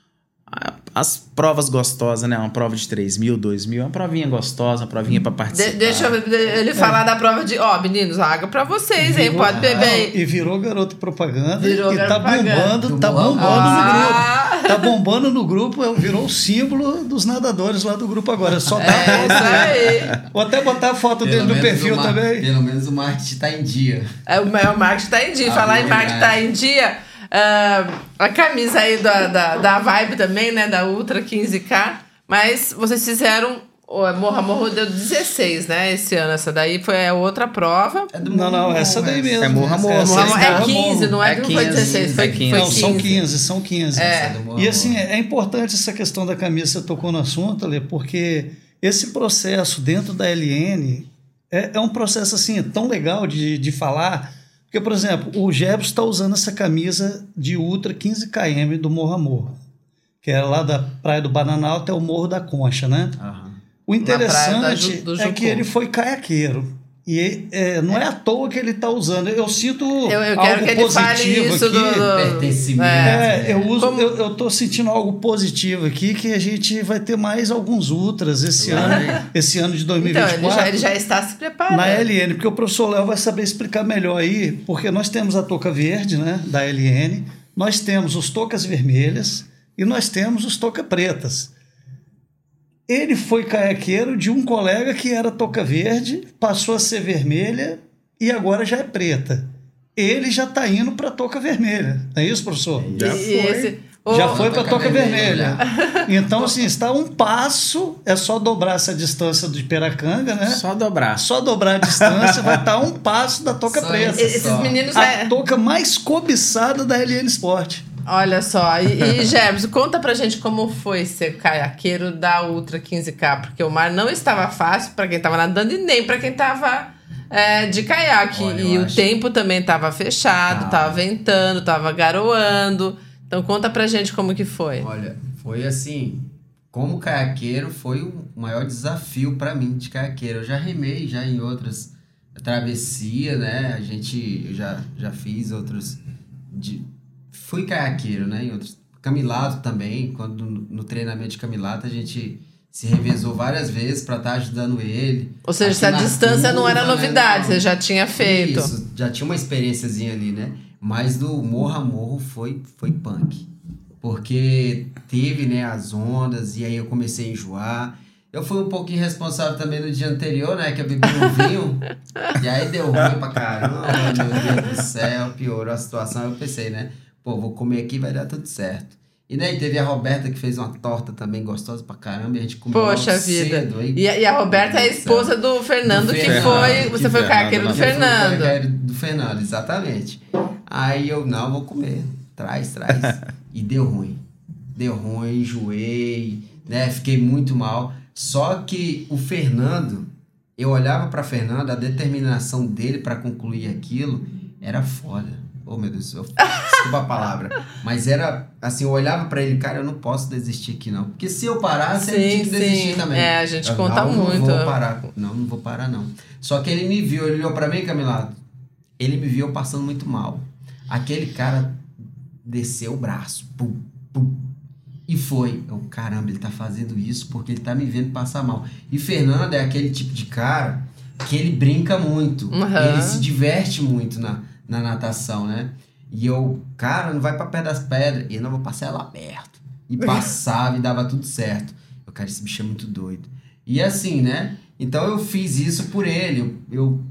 S3: A- As provas gostosas, né? Uma prova de três mil, dois mil. É uma provinha gostosa, uma provinha para participar.
S1: De- deixa eu- de- ele falar da prova de... Ó, meninos, água pra vocês, hein?
S2: Virou-
S1: Pode beber aí.
S2: E virou garoto propaganda.
S1: Virou
S2: e
S1: garoto
S2: tá
S1: propaganda.
S2: bombando, tá
S4: Do
S2: bombando
S1: Ah.
S2: no grupo. Tá bombando no grupo, é- virou o símbolo dos nadadores lá do grupo agora. Só dá
S1: É
S2: foto
S1: isso
S2: dele.
S1: aí.
S2: Vou até botar a foto dele no
S4: menos
S2: perfil
S4: o mar-
S2: também.
S4: Pelo menos o marketing tá em dia.
S1: É, o meu marketing tá em dia.
S4: Ah,
S1: Falar em
S4: verdade.
S1: marketing tá em dia... ah, a camisa aí da, da, da Vibe também, né? Da Ultra quinze K. Mas vocês fizeram O Morro a Morro deu dezesseis, né? Esse ano. Essa daí foi a outra prova.
S2: É do não, não, essa daí mesmo.
S3: É Morro a Morro.
S1: É quinze, não é, é que não foi dezesseis, foi,
S3: é quinze.
S1: foi
S2: não,
S1: quinze.
S2: São quinze, são quinze.
S1: É.
S2: E assim, é importante essa questão da camisa, você tocou no assunto, Alê, porque esse processo dentro da L N é, é um processo assim, tão legal de, de falar, porque, por exemplo, o Gebs está usando essa camisa de Ultra quinze quilômetros do Morro a Morro, que é lá da Praia do Bananal até o Morro da Concha, né?
S4: Aham.
S2: O interessante
S1: Ju,
S2: é que ele foi caiaqueiro. E é, não é. é à toa que ele está usando. Eu sinto eu, eu algo que positivo aqui.
S4: Do, do... Pertencimento.
S2: É, eu uso, Como... eu estou sentindo algo positivo aqui, que a gente vai ter mais alguns ultras esse ano, esse ano de dois mil e vinte e quatro.
S1: Então, ele já, ele já está se preparando.
S2: Na L N, porque o professor Léo vai saber explicar melhor aí, porque nós temos a touca verde, né, da L N, nós temos os toucas vermelhas e nós temos os touca pretas. Ele foi caiaqueiro de um colega que era touca verde, passou a ser vermelha e agora já é preta. Ele já está indo para a touca vermelha. Não é isso, professor?
S3: Já
S1: e
S3: foi.
S1: Esse... Oh,
S2: já foi para a touca vermelha. vermelha. Então, assim, está um passo, é só dobrar essa distância de Peracanga, né?
S3: Só dobrar.
S2: Só dobrar a distância, vai estar um passo da touca
S4: só
S2: preta.
S1: Esses só. meninos...
S2: A
S1: é...
S2: touca mais cobiçada da L N Sport.
S1: Olha só, e, e Gebs, conta pra gente como foi ser caiaqueiro da Ultra quinze K, porque o mar não estava fácil para quem estava nadando e nem para quem estava é, de caiaque. Olha, e o acho... tempo também estava fechado, estava ah. ventando, estava garoando. Então conta pra gente como que foi.
S4: Olha, foi assim, como caiaqueiro foi o maior desafio para mim de caiaqueiro. Eu já remei já em outras travessias, né? A gente, eu já, já fiz outros... De, fui caiaqueiro, né? Em outros, camilato também, quando no treinamento de camilato a gente se revezou várias vezes para estar tá ajudando ele.
S1: Ou seja, essa distância curva, não era novidade, né? Você já tinha feito.
S4: Isso, já tinha uma experiênciazinha ali, né? Mas do morro a morro foi, foi punk. Porque teve, né, as ondas e aí eu comecei a enjoar. Eu fui um pouco irresponsável também no dia anterior, né? Que eu bebi um vinho. E aí deu ruim pra caramba, meu Deus do céu, piorou a situação. Eu pensei, né? Pô, vou comer aqui, vai dar tudo certo. E daí teve a Roberta que fez uma torta também gostosa pra caramba e a gente comeu
S1: Poxa vida.
S4: Cedo. Aí,
S1: e, a, e a Roberta é a esposa do Fernando, do que Fernando, foi... Você foi o caiaqueiro do Fernando.
S4: Foi o do Fernando, exatamente. Aí eu, não, vou comer. Traz, traz. E deu ruim. Deu ruim, enjoei, né? Fiquei muito mal. Só que o Fernando, eu olhava pra Fernando, a determinação dele pra concluir aquilo era foda. Oh, meu Deus do céu, desculpa a palavra. Mas era, assim, eu olhava pra ele, cara, eu não posso desistir aqui, não. Porque se eu parasse, ele tinha que desistir também.
S1: É, a gente
S4: eu,
S1: conta
S4: não,
S1: muito.
S4: Não vou parar. Não, não vou parar, não. Só que ele me viu, ele olhou pra mim, Camila, ele me viu passando muito mal. Aquele cara desceu o braço, pum, pum, e foi. Eu, caramba, ele tá fazendo isso porque ele tá me vendo passar mal. E Fernando é aquele tipo de cara que ele brinca muito. Uhum. Ele se diverte muito na... na natação, né? E eu, cara, não vai pra pé das pedras. E eu não vou passar ela aberto. E passava e dava tudo certo. Eu, cara, esse bicho é muito doido. E assim, né? Então eu fiz isso por ele. Eu, eu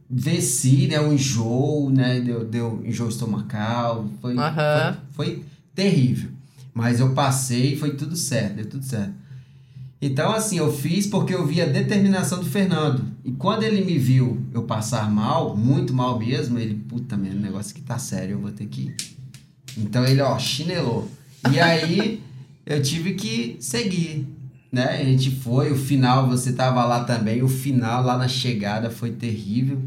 S4: venci, né? O enjoo, né? Deu, deu enjoo estomacal. Foi,
S1: uhum.
S4: foi, foi terrível. Mas eu passei e foi tudo certo. Deu tudo certo. Então, assim, eu fiz porque eu vi a determinação do Fernando. E quando ele me viu eu passar mal, muito mal mesmo, ele, puta merda, o negócio aqui tá sério, eu vou ter que ir. Então ele, ó, chinelou. E aí eu tive que seguir, né? A gente foi, o final, você tava lá também, o final lá na chegada foi terrível.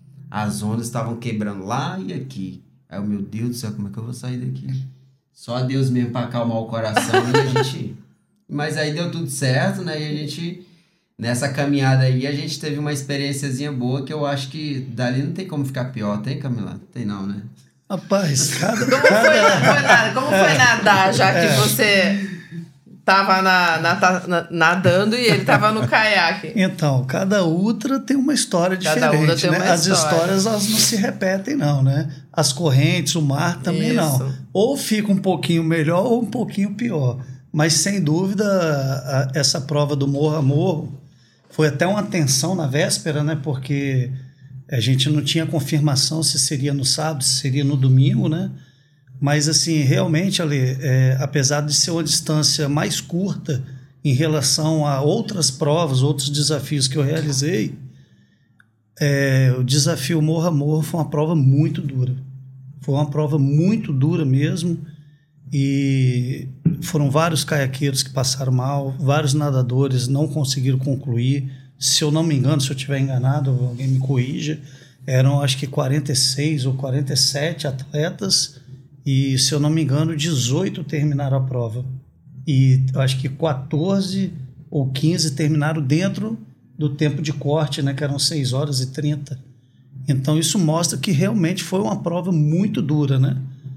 S4: As ondas estavam quebrando lá e aqui. Aí eu, meu Deus do céu, como é que eu vou sair daqui? Só Deus mesmo pra acalmar o coração e a gente... Mas aí deu tudo certo, né? E a gente, nessa caminhada aí, a gente teve uma experiênciazinha boa que eu acho que dali não tem como ficar pior, tem, Camila? Tem não, né?
S2: Rapaz, cada...
S1: Como,
S2: cada...
S1: Foi, foi, como foi nadar, já que é. você tava na, na, na, nadando e ele tava no caiaque?
S2: Então, cada ultra tem uma história
S1: cada
S2: diferente,
S1: tem
S2: né?
S1: Uma
S2: As
S1: história.
S2: histórias, elas não se repetem, não, né? As correntes, o mar também Isso. não. Ou fica um pouquinho melhor ou um pouquinho pior. Mas, sem dúvida, a, a, essa prova do morro a morro foi até uma tensão na véspera, né? Porque a gente não tinha confirmação se seria no sábado, se seria no domingo, né? Mas, assim, realmente, Ale, é, apesar de ser uma distância mais curta em relação a outras provas, outros desafios que eu realizei, é, o desafio Morro a Morro foi uma prova muito dura. Foi uma prova muito dura mesmo, e foram vários caiaqueiros que passaram mal, vários nadadores não conseguiram concluir. Se eu não me engano, se eu estiver enganado, alguém me corrija, eram acho que quarenta e seis ou quarenta e sete atletas, e se eu não me engano, dezoito terminaram a prova. E acho que quatorze ou quinze terminaram dentro do tempo de corte, né, que eram seis horas e trinta. Então isso mostra que realmente foi uma prova muito dura, né?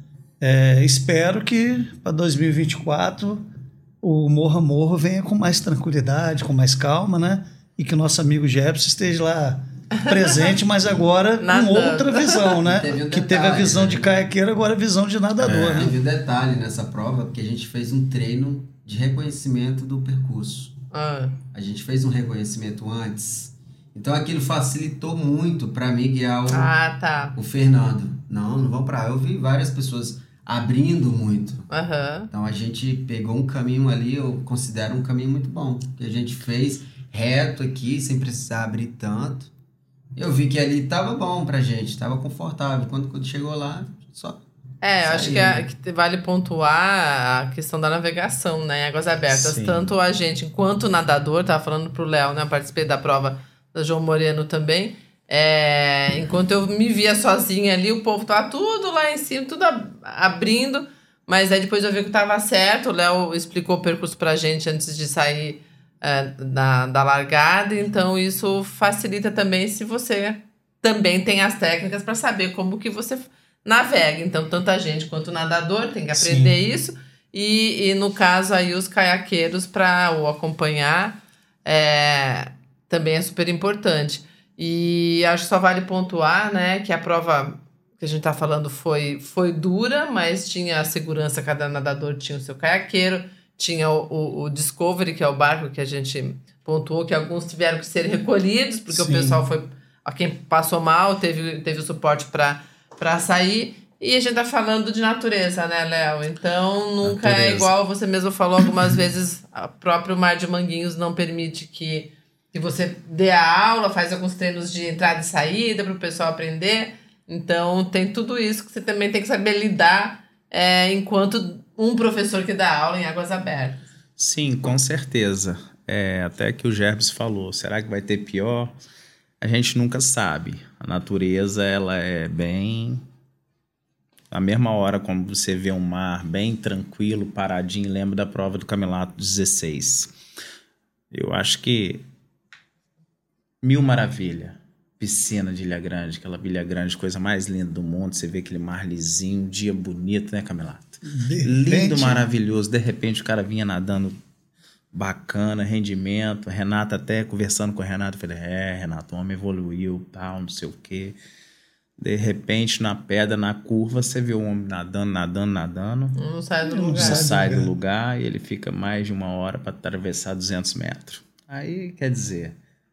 S2: É, espero que para dois mil e vinte e quatro o Morro a Morro venha com mais tranquilidade, com mais calma, né? E que o nosso amigo Jefferson esteja lá presente, mas agora com outra visão, né? Teve um detalhe, que teve a visão, né, de caiaqueiro, agora a visão de nadador, é. né?
S4: Teve um detalhe nessa prova, porque a gente fez um treino de reconhecimento do percurso. Ah. A gente fez um reconhecimento antes. Então aquilo facilitou muito para mim guiar o,
S1: ah, tá.
S4: o Fernando. Não, não vão para. Eu vi várias pessoas abrindo muito.
S1: Uhum.
S4: Então a gente pegou um caminho ali, eu considero um caminho muito bom, que a gente fez reto aqui, sem precisar abrir tanto. Eu vi que ali tava bom pra gente, tava confortável. Quando, quando chegou lá, só...
S1: É, eu acho que, a, que vale pontuar a questão da navegação, né? Em águas abertas. Sim. Tanto a gente, enquanto nadador, tava falando pro Léo, né? Eu participei da prova da João Moreno também. É, enquanto eu me via sozinha ali, o povo tava tudo lá em cima, tudo ab- abrindo. Mas aí depois eu vi que tava certo. O Léo explicou o percurso pra gente antes de sair é, da, da largada. Então isso facilita também se você também tem as técnicas para saber como que você navega. Então, tanto a gente quanto o nadador tem que aprender Sim. isso. E, e, no caso, aí, os caiaqueiros para o acompanhar é, também é super importante. E acho que só vale pontuar, né, que a prova que a gente está falando foi, foi dura, mas tinha a segurança, cada nadador tinha o seu caiaqueiro, tinha o, o, o Discovery, que é o barco que a gente pontuou, que alguns tiveram que ser recolhidos, porque Sim. o pessoal foi... A quem passou mal, teve, teve o suporte para... para sair, e a gente tá falando de natureza, né, Léo? Então, nunca natureza. É igual, você mesmo falou algumas vezes, o próprio Mar de Manguinhos não permite que, que você dê a aula, faz alguns treinos de entrada e saída para o pessoal aprender. Então, tem tudo isso que você também tem que saber lidar é, enquanto um professor que dá aula em águas abertas.
S3: Sim, com certeza. É, até que o Gerbes falou, será que vai ter pior? A gente nunca sabe. A natureza, ela é bem... Na mesma hora, como você vê um mar bem tranquilo, paradinho, lembra da prova do Camelato dezesseis. Eu acho que mil maravilha. Piscina de Ilha Grande, aquela Ilha Grande, coisa mais linda do mundo. Você vê aquele mar lisinho, um dia bonito, né, Camelato? Lindo, maravilhoso. De repente, o cara vinha nadando... Bacana, rendimento. Renata, até conversando com a Renata, eu falei, é, Renato, o homem evoluiu, tal, não sei o quê. De repente, na pedra, na curva, você vê o homem nadando, nadando, nadando.
S1: Não sai do
S3: não
S1: lugar.
S3: Não sai do lugar e ele fica mais de uma hora para atravessar duzentos metros. Aí, quer dizer,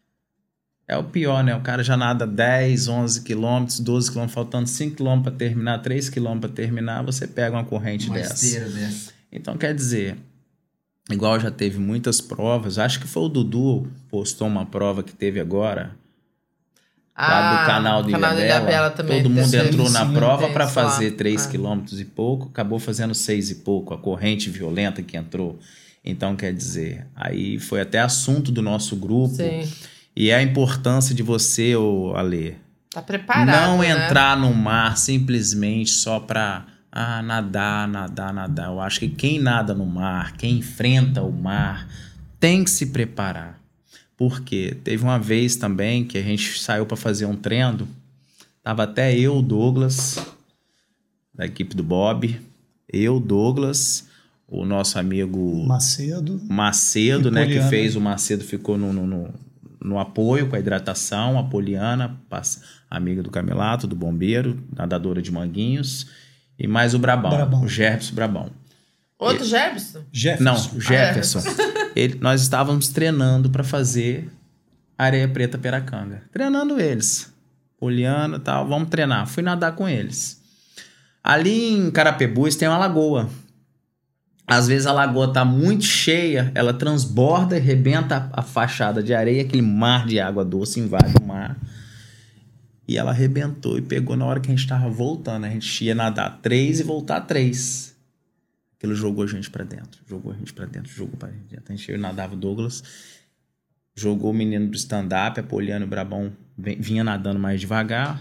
S3: é o pior, né? O cara já nada dez, onze quilômetros, doze quilômetros, faltando cinco quilômetros para terminar, três quilômetros para terminar, você pega uma corrente
S4: uma
S3: dessa.
S4: Esteira dessa.
S3: Então, quer dizer... Igual já teve muitas provas, acho que foi o Dudu postou uma prova que teve agora, ah, lá do canal de Ilha Bela, também todo mundo entrou na sim, prova para fazer três quilômetros e pouco, acabou fazendo seis e pouco, a corrente violenta que entrou. Então, quer dizer, aí foi até assunto do nosso grupo,
S1: sim.
S3: E é a importância de você, ô Ale,
S1: tá preparado,
S3: não
S1: né?
S3: entrar no mar simplesmente só para... Ah, nadar, nadar, nadar. Eu acho que quem nada no mar, quem enfrenta o mar, tem que se preparar. Porque teve uma vez também que a gente saiu para fazer um treino, tava até eu, Douglas, da equipe do Bob, eu, Douglas, o nosso amigo...
S2: Macedo.
S3: Macedo, né? Que fez o Macedo, ficou no, no, no, no apoio com a hidratação, a Poliana, amiga do Camelato, do Bombeiro, nadadora de Manguinhos... E mais o Brabão, Brabão. o Gerson Brabão.
S1: Outro ele... Gerson?
S3: Jefferson? Não, o Jefferson. Ah, é. ele, nós estávamos treinando para fazer Areia Preta Peracanga. Treinando eles. Poliana e tal, vamos treinar. Fui nadar com eles. Ali em Carapebus tem uma lagoa. Às vezes a lagoa tá muito cheia, ela transborda e rebenta a, a fachada de areia, aquele mar de água doce invade o mar. E ela arrebentou e pegou na hora que a gente tava voltando. A gente ia nadar três e voltar três. Aquilo jogou a gente pra dentro, jogou a gente pra dentro, jogou pra dentro. A gente eu nadava o Douglas, jogou o menino do stand-up, a Poliana e o Brabão vinha nadando mais devagar.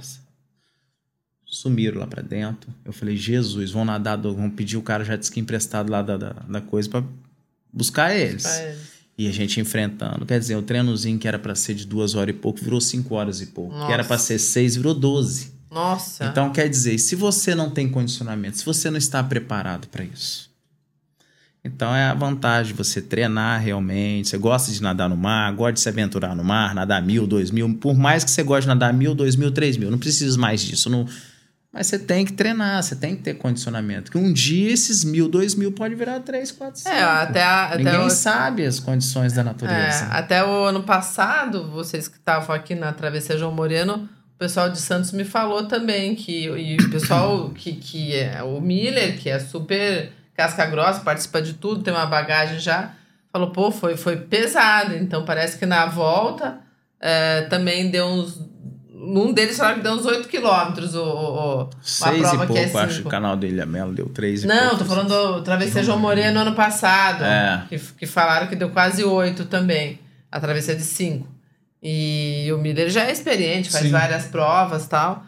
S3: Sumiram lá pra dentro. Eu falei, Jesus, vão nadar, vão pedir o cara já disse que emprestado lá da, da, da coisa pra buscar eles. É. E a gente enfrentando. Quer dizer, o treinozinho que era pra ser de duas horas e pouco virou cinco horas e pouco. Nossa. Que era pra ser seis, virou doze.
S1: Nossa.
S3: Então, quer dizer, se você não tem condicionamento, se você não está preparado pra isso, então é a vantagem de você treinar realmente. Você gosta de nadar no mar, gosta de se aventurar no mar, nadar mil, dois mil. Por mais que você goste de nadar mil, dois mil, três mil. Não precisa mais disso, não... Mas você tem que treinar, você tem que ter condicionamento. Que um dia esses mil, dois mil pode virar três, quatro, cinco.
S1: É, até a, até
S3: Ninguém
S1: o...
S3: sabe as condições da natureza.
S1: É, até o ano passado, vocês que estavam aqui na Travessia João Moreno, o pessoal de Santos me falou também que e o pessoal que, que é o Miller, que é super casca grossa, participa de tudo, tem uma bagagem já, falou, pô, foi, foi pesado. Então parece que na volta é, também deu uns... Num deles falaram que deu uns oito quilômetros o, o,
S3: Seis prova e pouco, que é acho que o canal do Ilha Melo deu três e
S1: Não,
S3: pouco,
S1: tô falando do Travessia João Moreno no ano passado.
S3: É.
S1: Que, que falaram que deu quase oito também. A travessia de cinco. E o Miller já é experiente, faz Sim. várias provas e tal.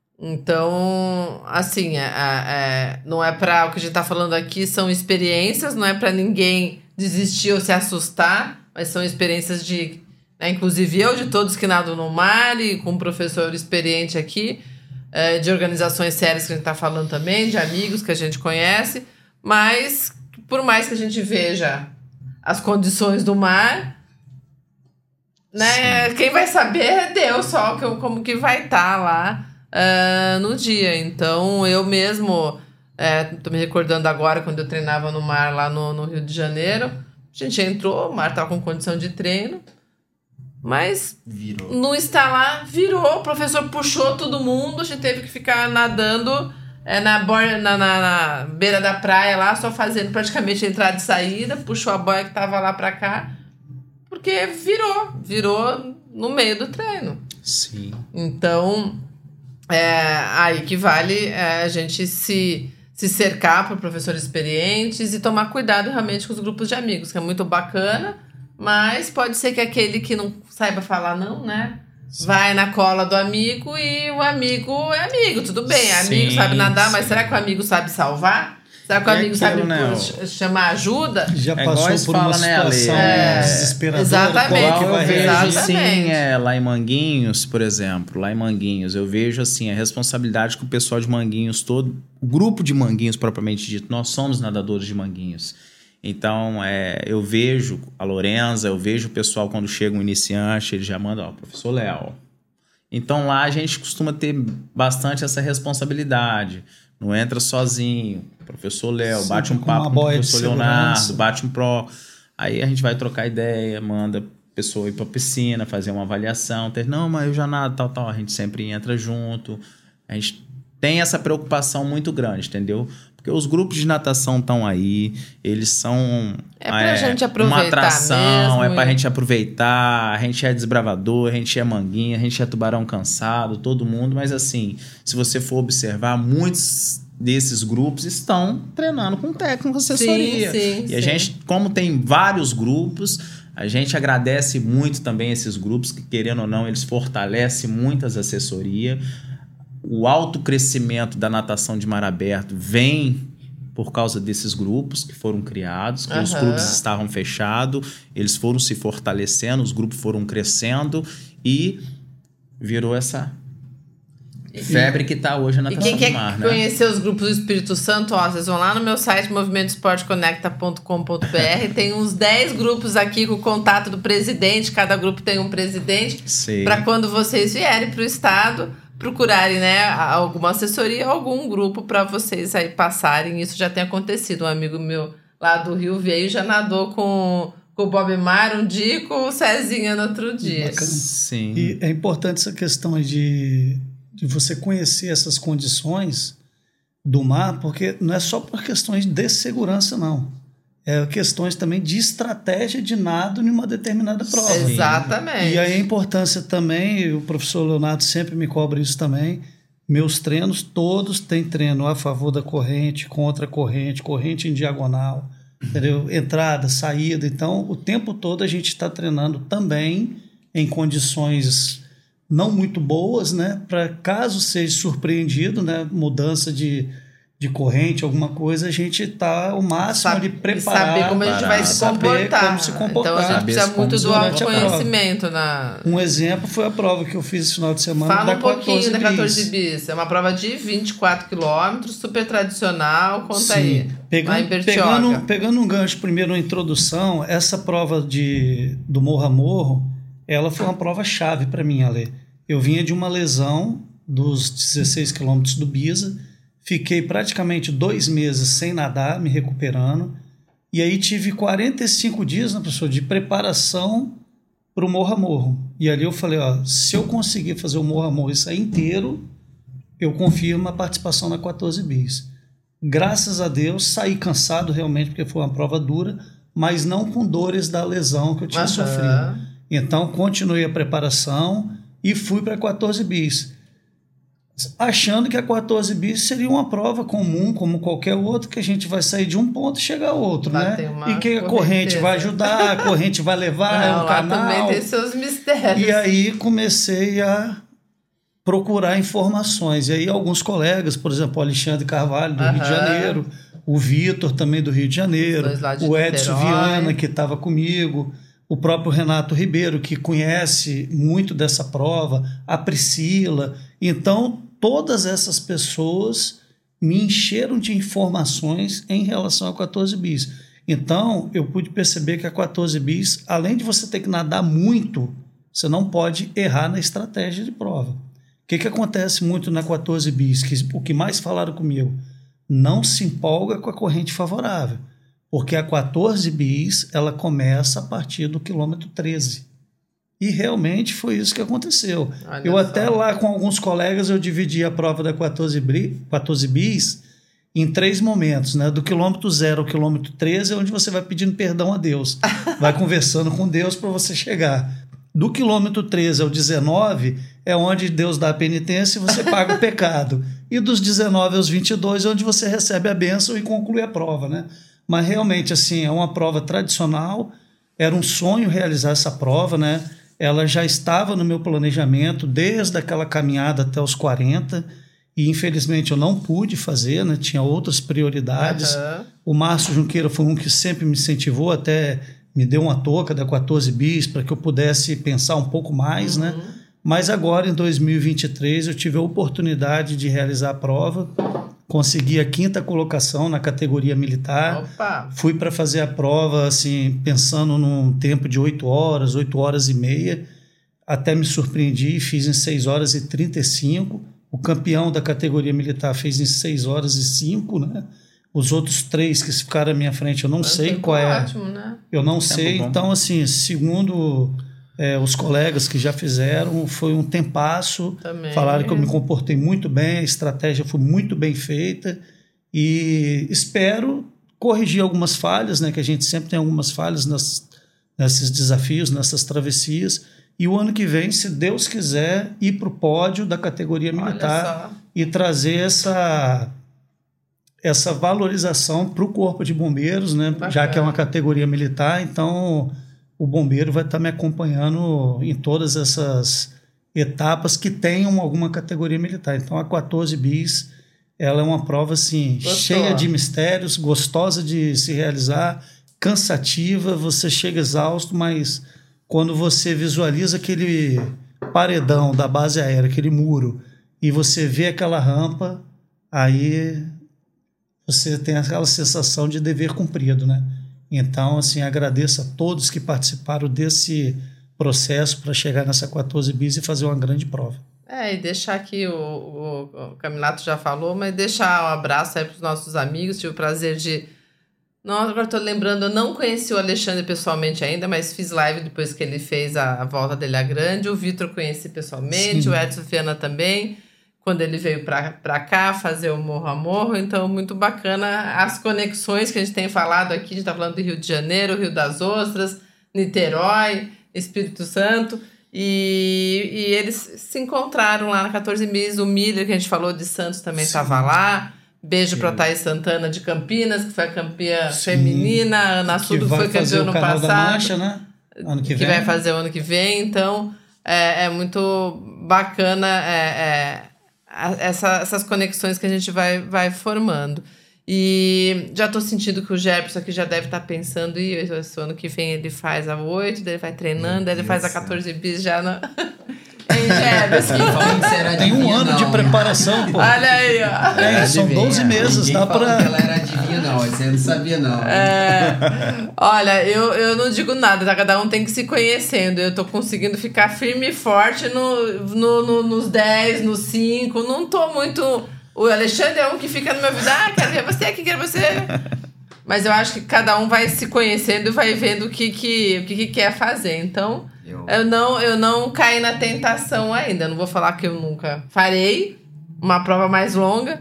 S1: Então, assim, é, é, não é pra... O que a gente tá falando aqui são experiências, não é pra ninguém desistir ou se assustar, mas são experiências de... É, inclusive eu, de todos que nadam no mar e com um professor experiente aqui, é, de organizações sérias que a gente está falando também, de amigos que a gente conhece, mas por mais que a gente veja as condições do mar, né, quem vai saber é Deus só como que vai estar tá lá uh, no dia. Então eu mesmo, estou me recordando agora quando eu treinava no mar lá no, no Rio de Janeiro, a gente entrou, o mar estava com condição de treino, mas virou. No estar lá, virou. O professor puxou todo mundo. A gente teve que ficar nadando é, na, borda, na, na, na beira da praia lá, só fazendo praticamente entrada e saída. Puxou a boia que tava lá pra cá. Porque virou. Virou no meio do treino.
S3: Sim.
S1: Então, é, aí que vale é, a gente se, se cercar por professores experientes e tomar cuidado realmente com os grupos de amigos, que é muito bacana. Mas pode ser que aquele que não saiba falar não, né? Sim. Vai na cola do amigo e o amigo é amigo, tudo bem. Sim, amigo sabe nadar, sim. Mas será que o amigo sabe salvar? Será que o é amigo aquilo, sabe né? chamar ajuda?
S2: Já é passou por fala, uma
S3: né,
S2: situação
S1: é,
S2: desesperadora.
S1: Exatamente.
S3: Que vai eu vejo
S1: exatamente.
S3: Sim, é, lá em Manguinhos, por exemplo, lá em Manguinhos, eu vejo assim, a responsabilidade que o pessoal de Manguinhos todo, o grupo de Manguinhos propriamente dito, nós somos nadadores de Manguinhos. Então, é, eu vejo a Lorenza, eu vejo o pessoal quando chega um iniciante, ele já manda, ó, professor Léo. Então, lá a gente costuma ter bastante essa responsabilidade. Não entra sozinho. Professor Léo, bate um papo com o professor Leonardo, bate um pró. Aí a gente vai trocar ideia, manda a pessoa ir pra piscina, fazer uma avaliação. Ter, não, mas eu já nado, tal, tal. A gente sempre entra junto. A gente tem essa preocupação muito grande, entendeu? Porque os grupos de natação estão aí, eles são
S1: é pra é, gente aproveitar
S3: uma atração,
S1: mesmo,
S3: é pra
S1: e...
S3: gente aproveitar, a gente é desbravador, a gente é manguinha, a gente é tubarão cansado, todo mundo, mas assim, se você for observar, muitos desses grupos estão treinando com técnico, assessoria.
S1: Sim, sim,
S3: e
S1: sim.
S3: a gente, como tem vários grupos, a gente agradece muito também esses grupos, que querendo ou não, eles fortalecem muitas assessorias. O alto crescimento da natação de mar aberto vem por causa desses grupos que foram criados, que uhum. os clubes estavam fechados, eles foram se fortalecendo, os grupos foram crescendo e virou essa febre que está hoje na natação de mar.
S1: E quem quer conhecer, né, os grupos do Espírito Santo, ó, vocês vão lá no meu site movimento esporte conecta ponto com ponto b r, tem uns dez grupos aqui com o contato do presidente, cada grupo tem um presidente, para quando vocês vierem para o estado, procurarem, né, alguma assessoria, algum grupo para vocês aí passarem. Isso já tem acontecido. Um amigo meu lá do Rio veio e já nadou com, com o Bob Mar um dia e com o Cezinha no outro dia.
S2: Bacana.
S3: Sim.
S2: E é importante essa questão de, de você conhecer essas condições do mar, porque não é só por questões de segurança, não. é, questões também de estratégia de nado em uma determinada prova.
S1: Exatamente.
S2: E aí a importância também, o professor Leonardo sempre me cobra isso também, meus treinos todos têm treino a favor da corrente, contra a corrente, corrente em diagonal, entendeu? Entrada, saída. Então, o tempo todo a gente está treinando também em condições não muito boas, né? Para caso seja surpreendido, né? Mudança de, de corrente, alguma coisa, a gente está o máximo
S1: Sabe,
S2: de preparar.
S1: Saber como a gente vai se comportar.
S2: Como se comportar.
S1: Então, a gente precisa muito do autoconhecimento. Na...
S2: Um exemplo foi a prova que eu fiz esse final de semana.
S1: Fala
S2: da
S1: um pouquinho da
S2: quatorze
S1: bis. É uma prova de vinte e quatro quilômetros, super tradicional. Conta Sim. aí.
S2: Pegando, pegando, pegando um gancho primeiro na introdução, essa prova de, do Morro a Morro, ela foi uma prova chave para mim, Ale. Eu vinha de uma lesão dos dezesseis quilômetros do Bisa, fiquei praticamente dois meses sem nadar, me recuperando, e aí tive quarenta e cinco dias, né, professor, de preparação para o Morro a Morro. E ali eu falei, ó, se eu conseguir fazer o Morro a Morro isso aí inteiro, eu confirmo a participação na quatorze bis. Graças a Deus, saí cansado realmente, porque foi uma prova dura, mas não com dores da lesão que eu tinha uhum. sofrido. Então, continuei a preparação e fui para a quatorze bis, achando que a quatorze bis seria uma prova comum, como qualquer outra, que a gente vai sair de um ponto e chegar a outro, vai né? E que a corrente vai ajudar, a corrente vai levar,
S1: Não,
S2: é um
S1: lá
S2: canal.
S1: Também tem seus mistérios.
S2: E aí comecei a procurar informações. E aí alguns colegas, por exemplo, o Alexandre Carvalho, do uhum. Rio de Janeiro, o Vitor, também do Rio de Janeiro, de o Edson Niterói. Viana, que estava comigo, o próprio Renato Ribeiro, que conhece muito dessa prova, a Priscila. Então, todas essas pessoas me encheram de informações em relação a quatorze bis. Então, eu pude perceber que a quatorze bis, além de você ter que nadar muito, você não pode errar na estratégia de prova. O que, que acontece muito na quatorze bis? Que, o que mais falaram comigo? Não se empolga com a corrente favorável. Porque a quatorze bis, ela começa a partir do quilômetro treze. E realmente foi isso que aconteceu. Olha eu só. Até lá com alguns colegas, eu dividi a prova da quatorze bis em três momentos, né? Do quilômetro zero ao quilômetro treze é onde você vai pedindo perdão a Deus. Vai conversando com Deus para você chegar. Do quilômetro treze ao dezenove é onde Deus dá a penitência e você paga o pecado. E dos dezenove aos vinte e dois é onde você recebe a bênção e conclui a prova, né? Mas realmente, assim, é uma prova tradicional, era um sonho realizar essa prova, né? Ela já estava no meu planejamento desde aquela caminhada até os quarenta, e infelizmente eu não pude fazer, né? Tinha outras prioridades. Uhum. O Márcio Junqueira foi um que sempre me incentivou, até me deu uma touca da quatorze bis para que eu pudesse pensar um pouco mais, uhum. né? Mas agora, em dois mil e vinte e três, eu tive a oportunidade de realizar a prova, consegui a quinta colocação na categoria militar. Opa. Fui para fazer a prova assim, pensando num tempo de oito horas, oito horas e meia. Até me surpreendi, fiz em seis horas e trinta e cinco. O campeão da categoria militar fez em seis horas e cinco, né? Os outros três que ficaram à minha frente, eu não Mas sei qual é. Ótimo, né? Eu não tempo sei. Bom. Então, assim, segundo é, os colegas que já fizeram, foi um tempasso. Também. Falaram que eu me comportei muito bem, a estratégia foi muito bem feita e espero corrigir algumas falhas, né? Que a gente sempre tem algumas falhas nas, nesses desafios, nessas travessias. E o ano que vem, se Deus quiser, ir para o pódio da categoria militar e trazer essa, essa valorização para o Corpo de Bombeiros, né? Bacana. Já que é uma categoria militar, então o bombeiro vai estar me acompanhando em todas essas etapas que tenham alguma categoria militar. Então a quatorze bis, ela é uma prova assim, cheia de mistérios, gostosa de se realizar, cansativa, você chega exausto, mas quando você visualiza aquele paredão da base aérea, aquele muro, e você vê aquela rampa, aí você tem aquela sensação de dever cumprido, né? Então, assim, agradeço a todos que participaram desse processo para chegar nessa quatorze bis e fazer uma grande prova.
S1: É, e deixar aqui, o, o, o Camilato já falou, mas deixar um abraço aí para os nossos amigos, tive o prazer de... Não, agora estou lembrando, eu não conheci o Alexandre pessoalmente ainda, mas fiz live depois que ele fez a, a volta dele à grande. O Vitor conheci pessoalmente, Sim. o Edson Viana também. quando ele veio para cá fazer o Morro a Morro. Então, muito bacana as conexões que a gente tem falado aqui. A gente está falando do Rio de Janeiro, Rio das Ostras, Niterói, Espírito Santo. E, e eles se encontraram lá na quatorze bis. O Miller, que a gente falou de Santos, também estava lá. Beijo para Thaís Santana de Campinas, que foi a campeã Sim. feminina. A Ana Sudo foi campeã no passado.
S2: Da Mancha, né? Ano que,
S1: que
S2: vem.
S1: vai fazer o ano que vem. Então, é, é muito bacana é, é, essa, essas conexões que a gente vai, vai formando. E já estou sentindo que o Gerson aqui já deve estar tá pensando, e esse ano que vem ele faz a oito, daí ele vai treinando, daí ele faz a quatorze bis já na... Em Gerson.
S2: Tem um ano não, de preparação, pô.
S1: Olha aí, ó.
S2: É, são doze meses, dá pra...
S4: que ela era adivinha, não. Você não sabia, não.
S1: É, olha, eu, eu não digo nada, tá? Cada um tem que se conhecendo. Eu tô conseguindo ficar firme e forte no, no, no, nos dez, nos cinco. Não tô muito... O Alexandre é um que fica no meu vida. Ah, quero ver você aqui, quero você. Mas eu acho que cada um vai se conhecendo e vai vendo o que, que, o que, que quer fazer. Então, eu... Eu, não, eu não caí na tentação ainda. Não vou falar que eu nunca farei uma prova mais longa,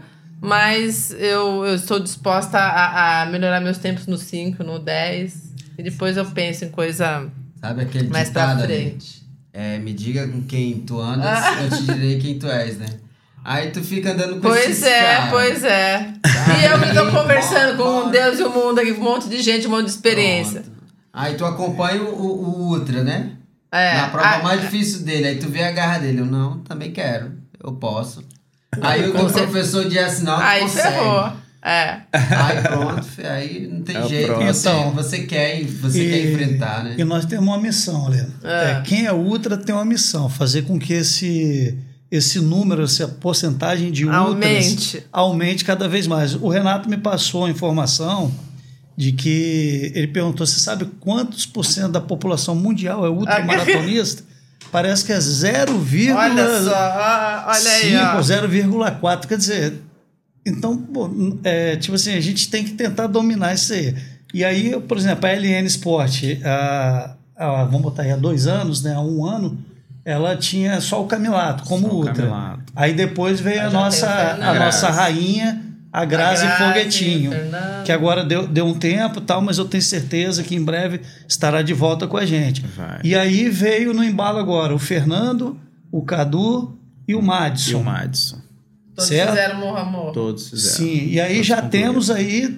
S1: mas eu, eu estou disposta a, a melhorar meus tempos no cinco, no dez. E depois eu penso em coisa
S4: Sabe aquele
S1: mais pra frente.
S4: É, me diga com quem tu andas, ah. eu te direi quem tu és, né? Aí tu fica andando com
S1: pois
S4: esses
S1: é,
S4: caras.
S1: Pois é. E eu que tô conversando com Deus e o mundo aqui, com um monte de gente, um monte de experiência.
S4: Pronto. Aí tu acompanha o, o Ultra, né?
S1: É.
S4: Na prova
S1: a,
S4: mais difícil dele. Aí tu vê a garra dele. Eu, não, também quero. Eu posso. Aí o teu professor disse, não, tu
S1: aí
S4: consegue.
S1: Ferrou. É.
S4: Aí pronto, aí não tem
S3: é
S4: jeito. Você, então, você, quer, você
S2: e,
S4: quer enfrentar, né?
S2: E nós temos uma missão, Helena. É. É, quem é Ultra tem uma missão. Fazer com que esse... esse número, essa porcentagem de
S1: aumente.
S2: ultras aumente cada vez mais. O Renato me passou a informação de que ele perguntou, você sabe quantos por cento da população mundial é ultramaratonista? Parece que é zero vírgula cinco,
S1: olha só, olha aí, ó.
S2: zero vírgula quatro, quer dizer, então, pô, é, tipo assim, a gente tem que tentar dominar isso aí. E aí, por exemplo, a L N Sport, a, a, vamos botar aí, há dois anos, né, há um ano, ela tinha só o Camilato como só Ultra. Camilato. Aí depois veio a nossa, a nossa rainha, a Grazi, a Grazi Foguetinho, que agora deu, deu um tempo e tal, mas eu tenho certeza que em breve estará de volta com a gente.
S3: Vai.
S2: E aí veio no embalo agora o Fernando, o Cadu e o Madison.
S3: E o Madison.
S1: Todos
S2: certo?
S1: fizeram Morro a Morro.
S3: Todos fizeram.
S2: Sim, e aí
S3: Todos
S2: já
S3: concluíram.
S2: temos aí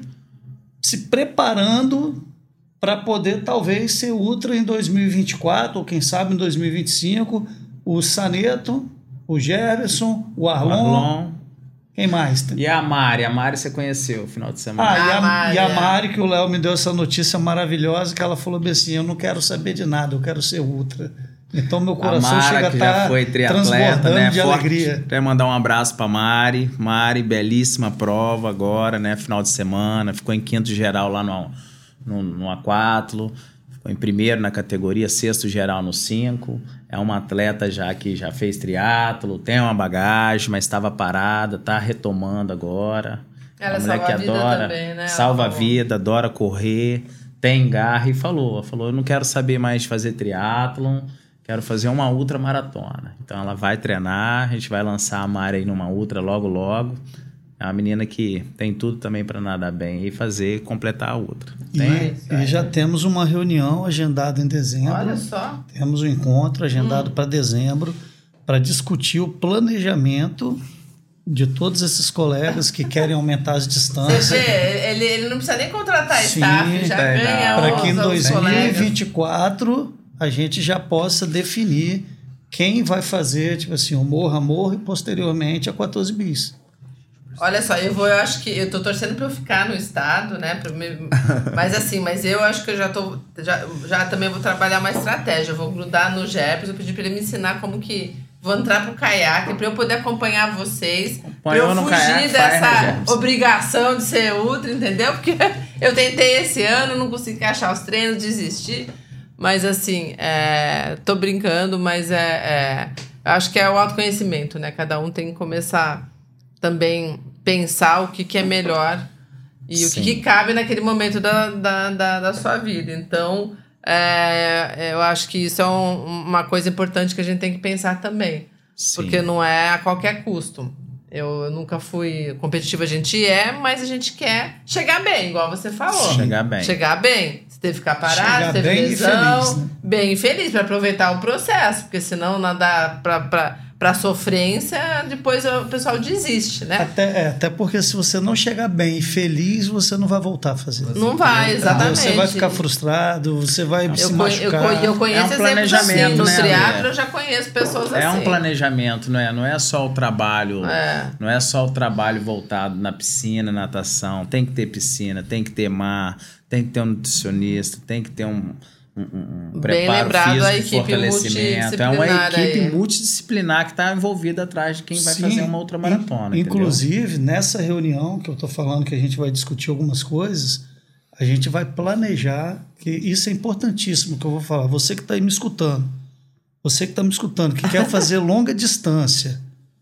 S2: se preparando para poder talvez ser Ultra em dois mil e vinte e quatro, ou quem sabe em dois mil e vinte e cinco, o Saneto, o Gerson, o Arlon,
S3: o Arlon.
S2: Quem mais?
S3: E a Mari, a Mari você conheceu no final de semana.
S2: Ah, e a,
S1: Mari,
S2: e a Mari, que o Léo me deu essa notícia maravilhosa, que ela falou bem assim, eu não quero saber de nada, eu quero ser Ultra. Então meu coração
S3: a Mara,
S2: chega a
S3: que
S2: estar
S3: já foi triatleta,
S2: transbordando
S3: né?
S2: de
S3: Forte.
S2: alegria.
S3: Quero mandar um abraço para Mari. Mari, belíssima prova agora, né? Final de semana, ficou em quinto geral lá no, no, no aquátlon. Ficou em primeiro na categoria, sexto geral no cinco. É uma atleta já que já fez triatlo, tem uma bagagem, mas estava parada, tá retomando agora.
S1: Ela
S3: uma mulher
S1: salva
S3: que
S1: a vida
S3: adora,
S1: também, né?
S3: salva a
S1: Ela
S3: vida, adora correr, tem garra e falou, falou, eu não quero saber mais de fazer triatlon, quero fazer uma ultramaratona. Então ela vai treinar, a gente vai lançar a Mari aí numa ultra logo logo. É uma menina que tem tudo também para nadar bem e fazer, completar a outra.
S2: E, e já temos uma reunião agendada em dezembro.
S1: Olha só.
S2: Temos um encontro agendado hum. para dezembro para discutir o planejamento de todos esses colegas que querem aumentar as distâncias.
S1: Você vê, ele, ele não precisa nem contratar Sim, staff, já é, ganha
S2: para que em
S1: os,
S2: dois mil e vinte e
S1: colegas.
S2: quatro a gente já possa definir quem vai fazer, tipo assim, o Morro a Morro e posteriormente a quatorze bis.
S1: Olha só, eu vou, eu acho que eu tô torcendo para eu ficar no estado, né? Pra me, mas assim, mas eu acho que eu já tô, já, já também vou trabalhar uma estratégia. Eu vou grudar no Jefferson, eu pedi para ele me ensinar como que vou entrar pro caiaque para eu poder acompanhar vocês, para eu fugir caiaque, dessa obrigação de ser ultra, entendeu? Porque eu tentei esse ano, não consegui achar os treinos, desisti. Mas assim, é, tô brincando, mas é, é, acho que é o autoconhecimento, né? Cada um tem que começar também pensar o que, que é melhor e Sim. o que, que cabe naquele momento da, da, da, da sua vida. Então, é, eu acho que isso é um, uma coisa importante que a gente tem que pensar também.
S3: Sim.
S1: Porque não é a qualquer custo. Eu nunca fui competitiva, a gente é, mas a gente quer chegar bem, igual você falou.
S3: Chegar bem.
S1: Chegar bem. Você teve que ficar parado,
S2: Chegar
S1: teve
S2: bem
S1: lesão.
S2: e feliz, né?
S1: Bem e feliz, para aproveitar o processo, porque senão não dá pra, pra, pra sofrência, depois o pessoal desiste, né?
S2: Até, é, até porque se você não chegar bem e feliz, você não vai voltar a fazer.
S1: Não vai, exatamente.
S2: Você vai ficar frustrado, você vai
S1: Eu,
S2: se
S1: conhe, eu,
S2: machucar.
S1: conhe, eu conheço
S3: É um
S1: exemplos assim.
S3: planejamento,
S1: No
S3: né,
S1: triatlo
S3: André?
S1: eu já conheço pessoas
S3: É
S1: assim.
S3: um planejamento, não é? Não é só o trabalho,
S1: É.
S3: não é só o trabalho voltado na piscina, natação. Tem que ter piscina, tem que ter mar, tem que ter um nutricionista, tem que ter um, um, um
S1: Bem
S3: preparo
S1: lembrado,
S3: físico
S1: a
S3: de
S1: equipe
S3: fortalecimento. É uma
S1: multidisciplinar
S3: equipe
S1: aí.
S3: multidisciplinar que está envolvida atrás de quem vai
S2: Sim,
S3: fazer uma outra maratona.
S2: in-
S3: entendeu?
S2: Inclusive, nessa reunião que eu estou falando que a gente vai discutir algumas coisas, a gente vai planejar, que isso é importantíssimo que eu vou falar. Você que está aí me escutando, você que está me escutando, que quer fazer longa distância,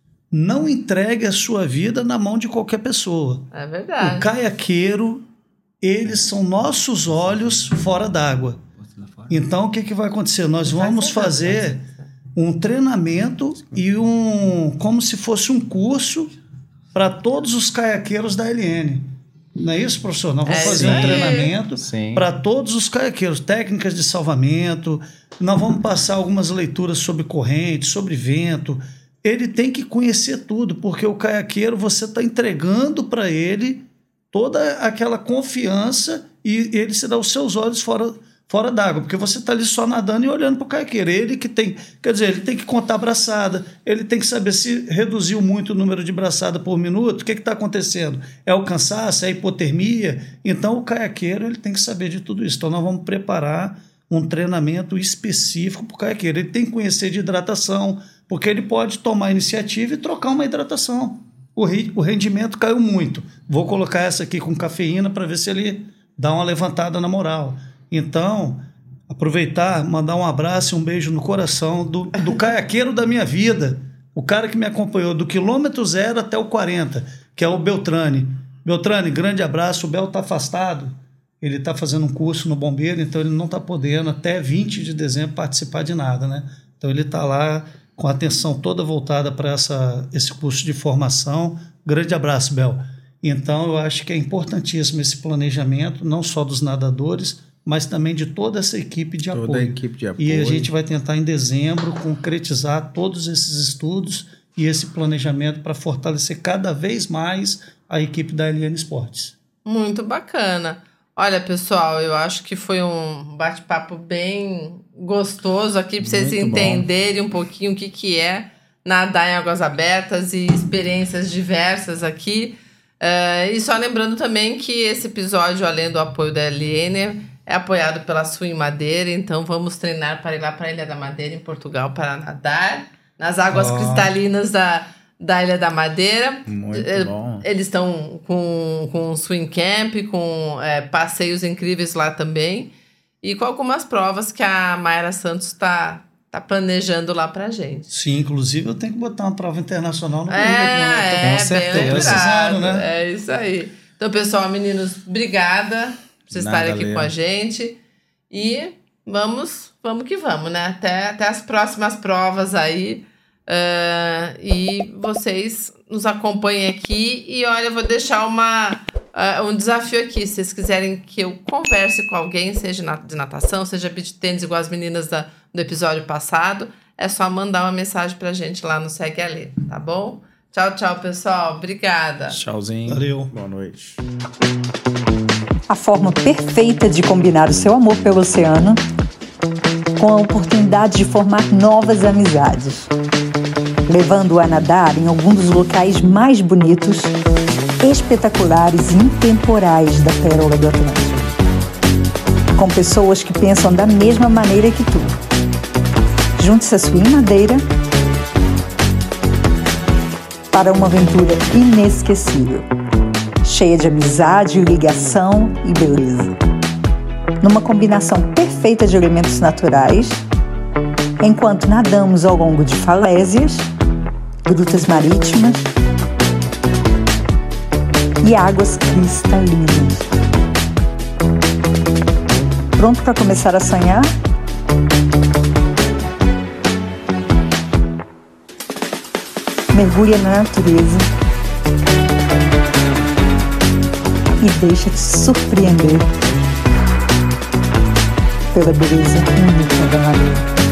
S2: não entregue a sua vida na mão de qualquer pessoa.
S1: É
S2: O
S1: verdade.
S2: caiaqueiro, eles são nossos olhos fora d'água. Então, o que, que vai acontecer? Nós vamos fazer um treinamento e um, como se fosse um curso para todos os caiaqueiros da L N. Não é isso, professor? Nós vamos
S1: É
S2: fazer
S1: isso
S2: um
S1: aí.
S2: treinamento
S3: Sim.
S2: para todos os caiaqueiros, técnicas de salvamento. Nós vamos passar algumas leituras sobre corrente, sobre vento. Ele tem que conhecer tudo, porque o caiaqueiro, você está entregando para ele toda aquela confiança e ele se dá os seus olhos fora, fora d'água, porque você está ali só nadando e olhando para o caiaqueiro. Ele que tem, quer dizer, ele tem que contar braçada, ele tem que saber se reduziu muito o número de braçada por minuto, o que está acontecendo? É o cansaço, é a hipotermia? Então o caiaqueiro ele tem que saber de tudo isso. Então nós vamos preparar um treinamento específico para o caiaqueiro. Ele tem que conhecer de hidratação, porque ele pode tomar a iniciativa e trocar uma hidratação. O, ri, o rendimento caiu muito. Vou colocar essa aqui com cafeína para ver se ele dá uma levantada na moral. Então, aproveitar, mandar um abraço e um beijo no coração do, do caiaqueiro da minha vida, o cara que me acompanhou do quilômetro zero até o quarenta, que é o Beltrane. Beltrane, grande abraço. O Bel está afastado, ele está fazendo um curso no Bombeiro, então ele não está podendo até vinte de dezembro participar de nada, né? Então ele está lá com a atenção toda voltada para esse curso de formação. Grande abraço, Bel. Então, eu acho que é importantíssimo esse planejamento, não só dos nadadores, mas também de toda essa equipe de
S3: Toda
S2: apoio.
S3: a equipe de apoio.
S2: E a gente vai tentar, em dezembro, concretizar todos esses estudos e esse planejamento para fortalecer cada vez mais a equipe da L N Esportes.
S1: Muito bacana. Olha, pessoal, eu acho que foi um bate-papo bem gostoso aqui para vocês
S3: Muito
S1: entenderem um pouquinho o que, que é nadar em águas abertas e experiências diversas aqui. Uh, e só lembrando também que esse episódio, além do apoio da L N, é apoiado pela Swim Madeira, então vamos treinar para ir lá para a Ilha da Madeira, em Portugal, para nadar nas águas
S2: Oh.
S1: cristalinas da, da Ilha da Madeira.
S3: Muito
S1: Eh,
S3: bom.
S1: Eles estão com, com um swim camp, com é, passeios incríveis lá também, e com algumas provas que a Mayra Santos está tá planejando lá pra gente.
S2: Sim, inclusive eu tenho que botar uma prova internacional no
S1: É,
S2: currículo, né?
S1: é,
S3: certeza.
S1: bem
S2: Precisando,
S1: lembrado.
S2: né?
S1: É isso aí. Então, pessoal, meninos, obrigada por vocês
S3: Nada,
S1: estarem aqui
S3: Lê.
S1: com a gente. E vamos, vamos que vamos, né? Até, até as próximas provas aí. Uh, e vocês nos acompanhem aqui. E olha, eu vou deixar uma, uh, um desafio aqui. Se vocês quiserem que eu converse com alguém, seja na- de natação, seja beach tênis, igual as meninas da, do episódio passado, é só mandar uma mensagem pra gente lá no Segue Ali, tá bom? Tchau, tchau, pessoal. Obrigada.
S3: Tchauzinho.
S2: Valeu.
S3: Boa noite.
S5: A forma perfeita de combinar o seu amor pelo oceano com a oportunidade de formar novas amizades, levando-o a nadar em algum dos locais mais bonitos, espetaculares e intemporais da Pérola do Atlântico, com pessoas que pensam da mesma maneira que tu. Junte-se a Swim Madeira para uma aventura inesquecível, cheia de amizade, ligação e beleza. Numa combinação perfeita de elementos naturais, enquanto nadamos ao longo de falésias, grutas marítimas e águas cristalinas. Pronto para começar a sonhar? mergulha na natureza e deixa-te surpreender pela beleza única da lagoa.